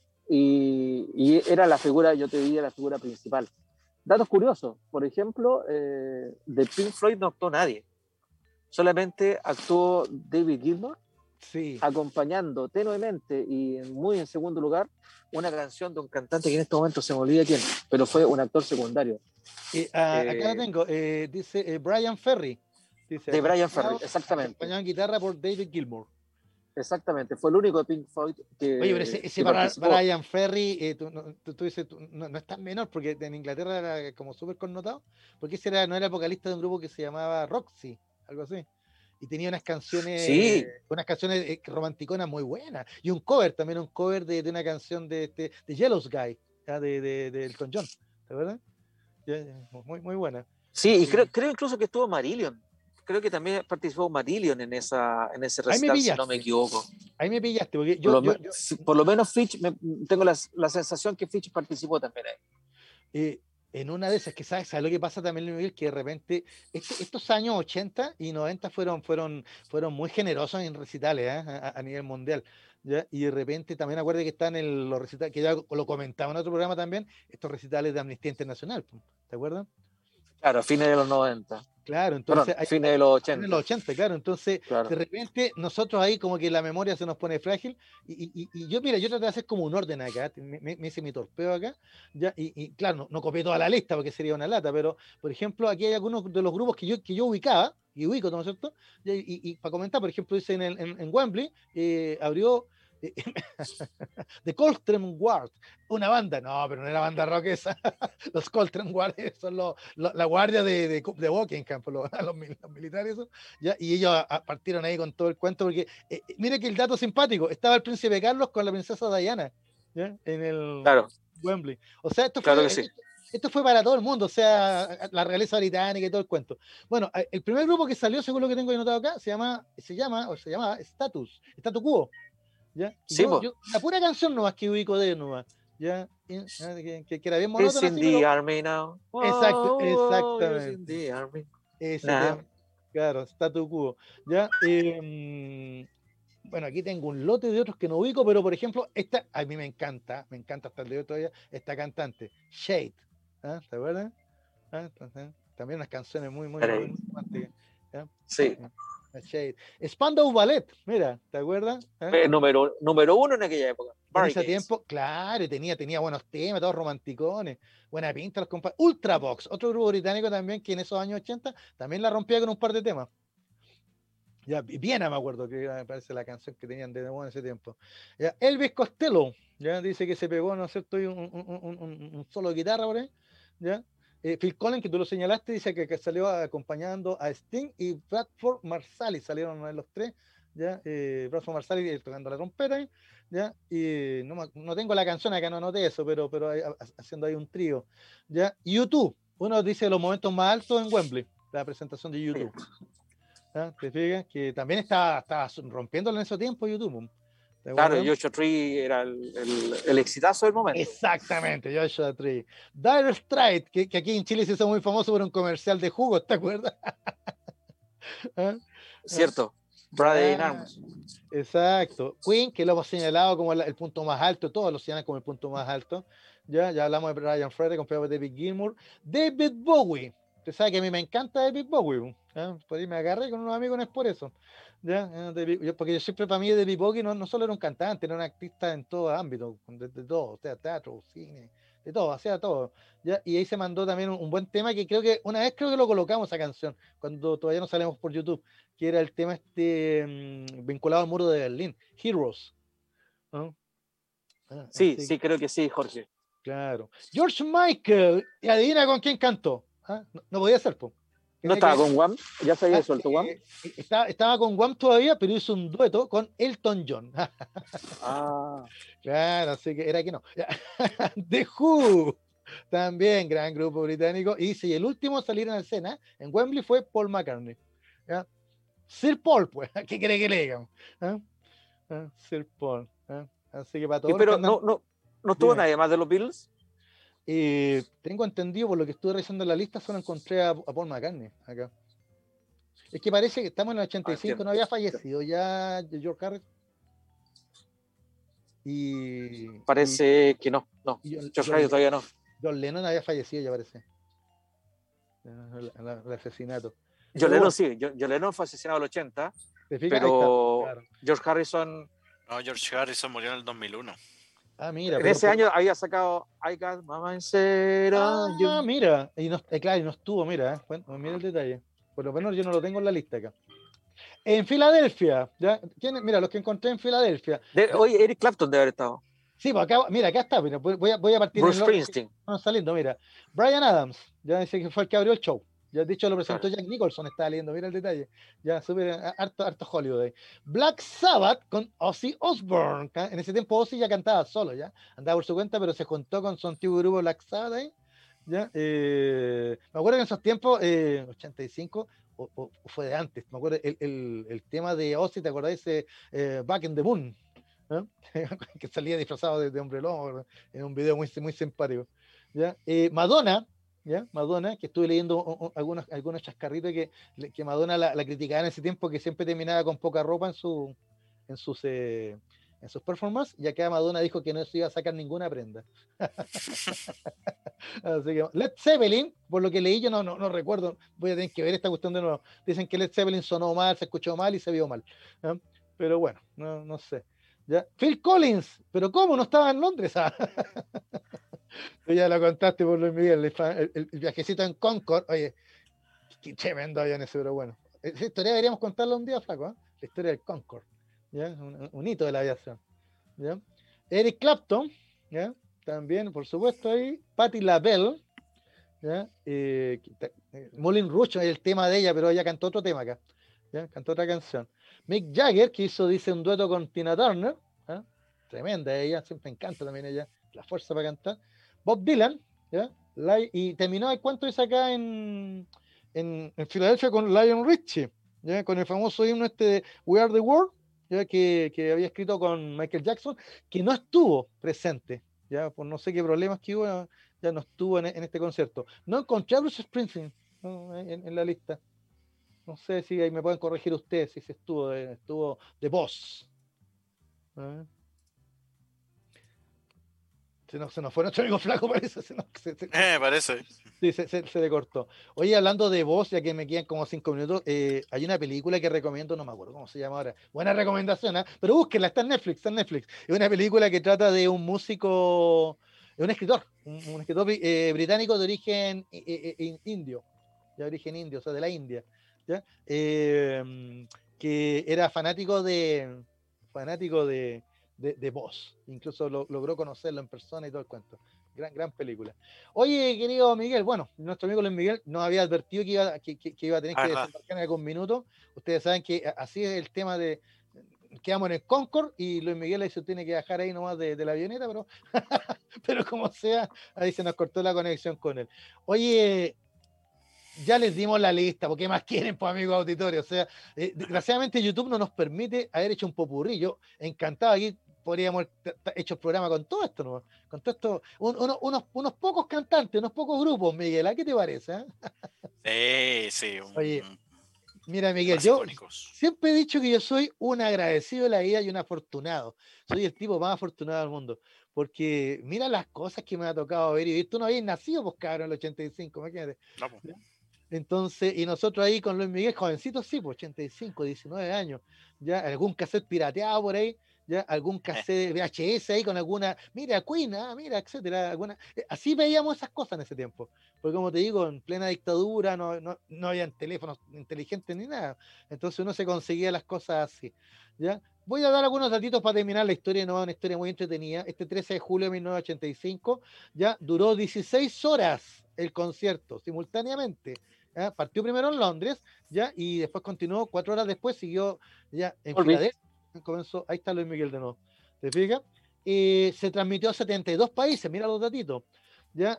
y era la figura, yo te diría, la figura principal. Datos curiosos, por ejemplo, de Pink Floyd no actuó nadie. Solamente actuó David Gilmour, acompañando tenuemente y muy en segundo lugar una canción de un cantante que en este momento se me olvida quién, pero fue un actor secundario. Acá lo tengo, dice Brian Ferry. Dice, de Brian Ferry, exactamente. Acompañado en guitarra por David Gilmour. Exactamente, fue el único de Pink Floyd que. Oye, pero ese Brian Ferry, tú dices, no es tan menor, porque en Inglaterra era como súper connotado, porque ese no era el vocalista de un grupo que se llamaba Roxy, algo así. Y tenía unas canciones, romanticonas muy buenas. Y un cover, también un cover de una canción de Jealous Guy, de Elton John, ¿verdad? Muy, muy buena. Sí, y creo incluso que estuvo Marillion. Creo que también participó Marillion en ese recital, si no me equivoco. Ahí me pillaste, porque por lo menos Fitch, tengo la sensación que Fitch participó también ahí. En una de esas, que sabes lo que pasa también, Miguel, que de repente estos años 80 y 90 fueron muy generosos en recitales a nivel mundial, ¿ya? Y de repente también acuérdate que están los recitales, que ya lo comentaba en otro programa también, estos recitales de Amnistía Internacional, ¿te acuerdas? Claro, a fines de los 90. Claro, entonces. Fines de los 80. Fines de los 80, claro. Entonces, de repente, nosotros ahí como que la memoria se nos pone frágil. Y yo, mira, yo traté de hacer como un orden acá. Me hice mi torpeo acá. ¿Ya? Y claro, no copié toda la lista porque sería una lata, pero, por ejemplo, aquí hay algunos de los grupos que yo ubicaba, y ubico, ¿no es cierto? Y para comentar, por ejemplo, dice en Wembley, abrió. The Coltrane Guard, una banda, no, pero no era banda rock esa. Los Coltrane Guard son la guardia de Buckingham, los militares, ¿ya? Y ellos partieron ahí con todo el cuento, porque mira que el dato simpático, estaba el príncipe Carlos con la princesa Diana, ¿ya? En el Wembley. O sea, esto fue para todo el mundo, o sea, la realeza británica y todo el cuento. Bueno, el primer grupo que salió, según lo que tengo anotado acá, se llamaba Statu Quo. ¿Ya? Sí, la pura canción nomás que ubico de nomás, ¿ya? Que era bien monótona. It's in the army now. Exactamente. In the army. Ese tema, claro, Statu Quo, ¿ya? Bueno, aquí tengo un lote de otros que no ubico, pero por ejemplo, esta a mí me encanta hasta el día de hoy todavía, esta cantante, Shade, ¿te acuerdas? También unas canciones muy románticas, ¿ya? Sí. Shade. Spandau Ballet, mira, ¿te acuerdas? Número uno en aquella época. En ese tiempo, claro, tenía buenos temas, todos romanticones, buena pinta los compadres. Ultravox, otro grupo británico también que en esos años 80 también la rompía con un par de temas. Ya, Viena, me acuerdo que me parece la canción que tenían de nuevo en ese tiempo. Ya, Elvis Costello, ya dice que se pegó, ¿no es cierto? Un solo de guitarra por ahí, ya. Phil Collins, que tú lo señalaste, dice que salió acompañando a Sting y Bradford Marsalis, salieron los tres, ¿ya? Bronson Marsalis tocando la trompeta, ¿ya? Y no tengo la canción acá, no anoté eso, pero haciendo ahí un trío, ¿ya? YouTube, uno dice los momentos más altos en Wembley, la presentación de YouTube. ¿Ya? ¿Te fijas? Que también estaba rompiéndolo en ese tiempo YouTube. Claro, Joshua Tree era el exitazo del momento. Exactamente, Joshua Tree. Dire Straits, que aquí en Chile se hizo muy famoso por un comercial de jugos, ¿te acuerdas? ¿Ah? Cierto. Brother in Arms. Exacto. Queen, que lo hemos señalado como el punto más alto, todos lo señalan como el punto más alto. Ya hablamos de Brian Ferry, comparado de David Gilmour. David Bowie. Usted sabe que a mí me encanta David Bowie. Por ahí me agarré con unos amigos, no es por eso. ¿Ya? Porque yo siempre, para mí, David Bowie no solo era un cantante, era un artista en todo ámbito, de todo, o sea, teatro, cine, de todo, hacía todo. ¿Ya? Y ahí se mandó también un buen tema que una vez lo colocamos esa canción, cuando todavía no salimos por YouTube, que era el tema vinculado al muro de Berlín, Heroes. ¿No? Sí, creo que sí, Jorge. Claro. George Michael, y adivina con quién cantó. No podía ser, po. ¿No estaba con Wham? ¿Ya se había suelto Wham? Estaba con Wham todavía, pero hizo un dueto con Elton John. Claro, así que era que no. The Who, también gran grupo británico. Y el último a salir en la escena en Wembley fue Paul McCartney. ¿Ya? Sir Paul, pues, ¿qué quiere que le digan? Sir Paul. Así que para todos. Pero no estuvo nadie más de los Beatles. Tengo entendido, por lo que estuve revisando en la lista, solo encontré a Paul McCartney acá. Es que parece que estamos en el 85, no había fallecido ya George Harrison. Parece que no. George Harrison todavía no. John Lennon había fallecido, ya parece. El asesinato. John Lennon sí, John Lennon fue asesinado en el 80, pero claro. George Harrison... No, George Harrison murió en el 2001. Mira. En ese año había sacado I Got My Mind. Mira. Y no estuvo, mira. Bueno, mira el detalle. Por lo menos yo no lo tengo en la lista acá. En Filadelfia, ¿ya? Mira, los que encontré en Filadelfia. Oye, Eric Clapton debe haber estado. Sí, pues acá está. Mira, voy a partir Bruce Springsteen. Saliendo, mira. Bryan Adams, ya dice que fue el que abrió el show. Ya dicho, lo presentó Jack Nicholson, está leyendo, mira el detalle. Ya, súper harto Hollywood ahí. Black Sabbath con Ozzy Osbourne. En ese tiempo Ozzy ya cantaba solo, ya. Andaba por su cuenta, pero se juntó con su antiguo grupo Black Sabbath ahí. ¿Ya? Me acuerdo que en esos tiempos, 85, o fue de antes, me acuerdo el tema de Ozzy, ¿te acordás? Back in the Moon, ¿no? Que salía disfrazado de hombre lobo en un video muy simpático. ¿Ya? Madonna, que estuve leyendo algunos chascarritos que Madonna la criticaba en ese tiempo, que siempre terminaba con poca ropa en sus performances, y acá Madonna dijo que no se iba a sacar ninguna prenda. Así que Led Zeppelin, por lo que leí, yo no recuerdo, voy a tener que ver esta cuestión de nuevo. Dicen que Led Zeppelin sonó mal, se escuchó mal y se vio mal. ¿Ya? Pero bueno, no sé. ¿Ya? Phil Collins, pero ¿cómo? No estaba en Londres. Tú ya lo contaste por Luis Miguel, el viajecito en Concorde. Oye, qué tremendo avión ese, pero bueno. Esa historia deberíamos contarla un día, flaco, ¿eh? La historia del Concorde. ¿Ya? Un hito de la aviación. ¿Ya? Eric Clapton, ¿ya? También, por supuesto, ahí. Patti LaBelle, ¿ya? Moulin Rouge, el tema de ella, pero ella cantó otro tema acá. ¿Ya? Cantó otra canción. Mick Jagger, que dice un dueto con Tina Turner. ¿Ya? Tremenda ella, siempre me encanta también ella, la fuerza para cantar. Bob Dylan, ¿ya? Y terminó el cuento dice acá en Filadelfia con Lionel Richie, ¿ya? Con el famoso himno We Are the World, ¿ya? Que había escrito con Michael Jackson, que no estuvo presente, ya por no sé qué problemas que hubo, ya no estuvo en este concierto. No encontré a Bruce Springsteen, ¿no? en la lista. No sé si ahí me pueden corregir ustedes si se estuvo de voz. Se nos fue nuestro amigo flaco, parece. Parece. Sí, se le cortó. Oye, hablando de voz, ya que me quedan como 5 minutos, hay una película que recomiendo, no me acuerdo cómo se llama ahora. Buena recomendación, ¿eh? Pero búsquenla, está en Netflix. Es una película que trata de un músico, un escritor británico de origen indio, de origen indio, o sea, de la India, ¿ya? Que era fanático de voz, incluso logró conocerlo en persona y todo el cuento. Gran película. Oye, querido Miguel, bueno, nuestro amigo Luis Miguel nos había advertido que iba a tener que desembarcar en algún minuto. Ustedes saben que así es el tema de quedamos en el Concord y Luis Miguel ahí se tiene que bajar ahí nomás de la avioneta, pero como sea, ahí se nos cortó la conexión con él. Oye, ya les dimos la lista, ¿por qué más quieren, pues, amigos auditores? O sea, desgraciadamente YouTube no nos permite haber hecho un popurrí. Yo encantado, aquí podríamos haber hecho el programa con todo esto, ¿no? Con todo esto, unos pocos cantantes, unos pocos grupos, Miguel, ¿a qué te parece? Sí. Oye, mira, Miguel, yo siempre he dicho que yo soy un agradecido de la vida y un afortunado. Soy el tipo más afortunado del mundo. Porque mira las cosas que me ha tocado ver y vivir. Tú no habías nacido, pues, cabrón, en el 85, imagínate. No, pues. Entonces, y nosotros ahí con Luis Miguel, jovencitos, sí, pues 85, 19 años, ya algún cassette pirateado por ahí, ya algún cassette VHS ahí con alguna, mira, Queen, mira, etcétera, alguna, así veíamos esas cosas en ese tiempo, porque como te digo, en plena dictadura no habían teléfonos inteligentes ni nada, entonces uno se conseguía las cosas así, ya. Voy a dar algunos datitos para terminar la historia, no, una historia muy entretenida. Este 13 de julio de 1985 ya duró 16 horas el concierto, simultáneamente. ¿Ya? Partió primero en Londres, ya, y después continuó 4 horas después, siguió ya en Filadelfia. Comenzó, ahí está Luis Miguel de nuevo. ¿Te fijas? Se transmitió a 72 países, mira los datitos. ¿Ya?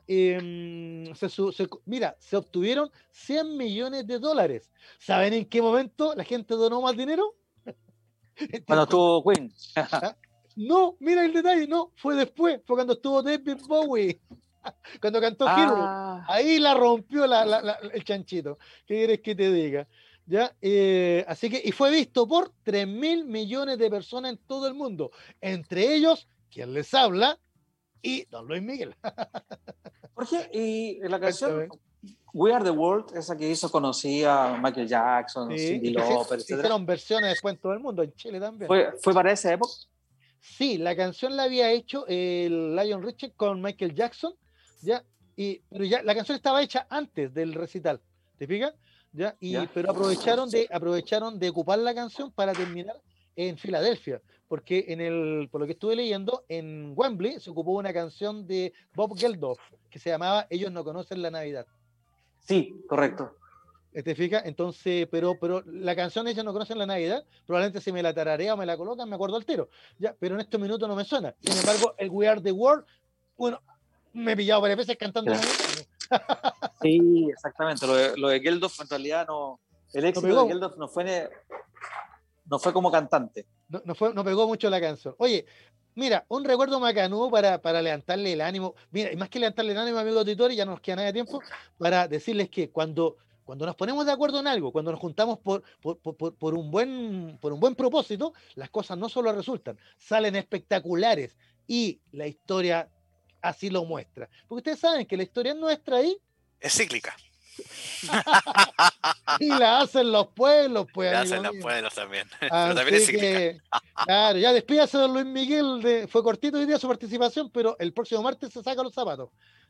Se obtuvieron $100 millones. ¿Saben en qué momento la gente donó más dinero? Cuando estuvo Queen. No, mira el detalle, no, fue después, fue cuando estuvo David Bowie. Cuando cantó Hero, ahí la rompió el chanchito. ¿Qué quieres que te diga? ¿Ya? Así que, y fue visto por 3.000 millones de personas en todo el mundo, entre ellos, quien les habla, y don Luis Miguel. Jorge, y la canción We Are the World, esa que hizo conocida Michael Jackson, Cyndi Lauper, etc. Hicieron versiones después en todo el mundo, en Chile también. ¿Fue para esa época? Sí, la canción la había hecho el Lion Richie con Michael Jackson, ¿ya? Pero ya la canción estaba hecha antes del recital, ¿te fijas? ¿Ya? Pero aprovecharon de ocupar la canción para terminar en Filadelfia, porque por lo que estuve leyendo, en Wembley se ocupó una canción de Bob Geldof que se llamaba Ellos no conocen la Navidad. Sí, correcto. ¿Te fijas? Entonces, pero la canción Ellos no conocen la Navidad, probablemente si me la tararea o me la colocan, me acuerdo al tiro, ¿ya? Pero en estos minutos no me suena. Sin embargo, el We Are the World, bueno, me he pillado varias veces cantando. Sí, exactamente. Lo de Geldof en realidad no. El éxito de Geldof no fue como cantante. No pegó mucho la canción. Oye, mira, un recuerdo macanudo para levantarle el ánimo. Mira, y más que levantarle el ánimo, amigos auditores, ya no nos queda nada de tiempo para decirles que cuando nos ponemos de acuerdo en algo, cuando nos juntamos por un buen propósito, las cosas no solo resultan, salen espectaculares y la historia así lo muestra. Porque ustedes saben que la historia nuestra ahí es cíclica. Y la hacen los pueblos, pues. La hacen los pueblos también. Pero también es cíclica. Claro, ya despídase de Luis Miguel. Fue cortito hoy día su participación, pero el próximo martes se saca los zapatos.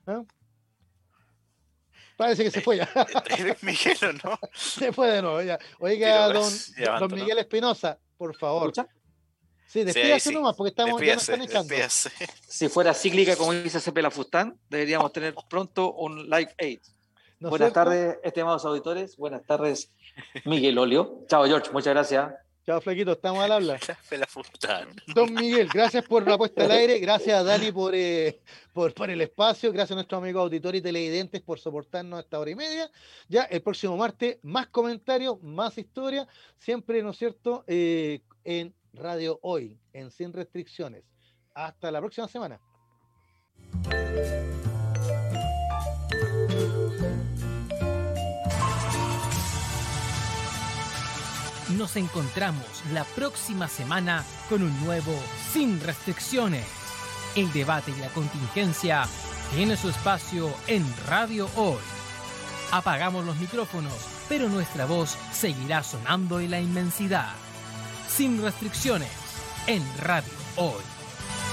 Parece que se fue ya. Luis Miguel, ¿o no? Se fue de nuevo ya. Oiga, don Miguel Espinosa, por favor. ¿Escucha? Sí, despídase nomás, porque ya nos están echando. Si fuera cíclica, como dice C.P. Lafustán, deberíamos tener pronto un Live Aid. ¿No Buenas tardes, estimados auditores. Buenas tardes, Miguel Olio. Chao, George. Muchas gracias. Chao, Flaquito. Estamos al habla. Don Miguel, gracias por la puesta al aire. Gracias a Dani por el espacio. Gracias a nuestros amigos auditores y televidentes por soportarnos esta hora y media. Ya el próximo martes, más comentarios, más historia. Siempre, ¿no es cierto?, en Radio Hoy, en Sin Restricciones. Hasta la próxima semana. Nos encontramos la próxima semana con un nuevo Sin Restricciones. El debate y la contingencia tiene su espacio en Radio Hoy. Apagamos los micrófonos, pero nuestra voz seguirá sonando en la inmensidad. Sin Restricciones en Radio Hoy.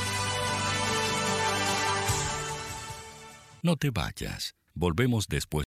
No te vayas. Volvemos después.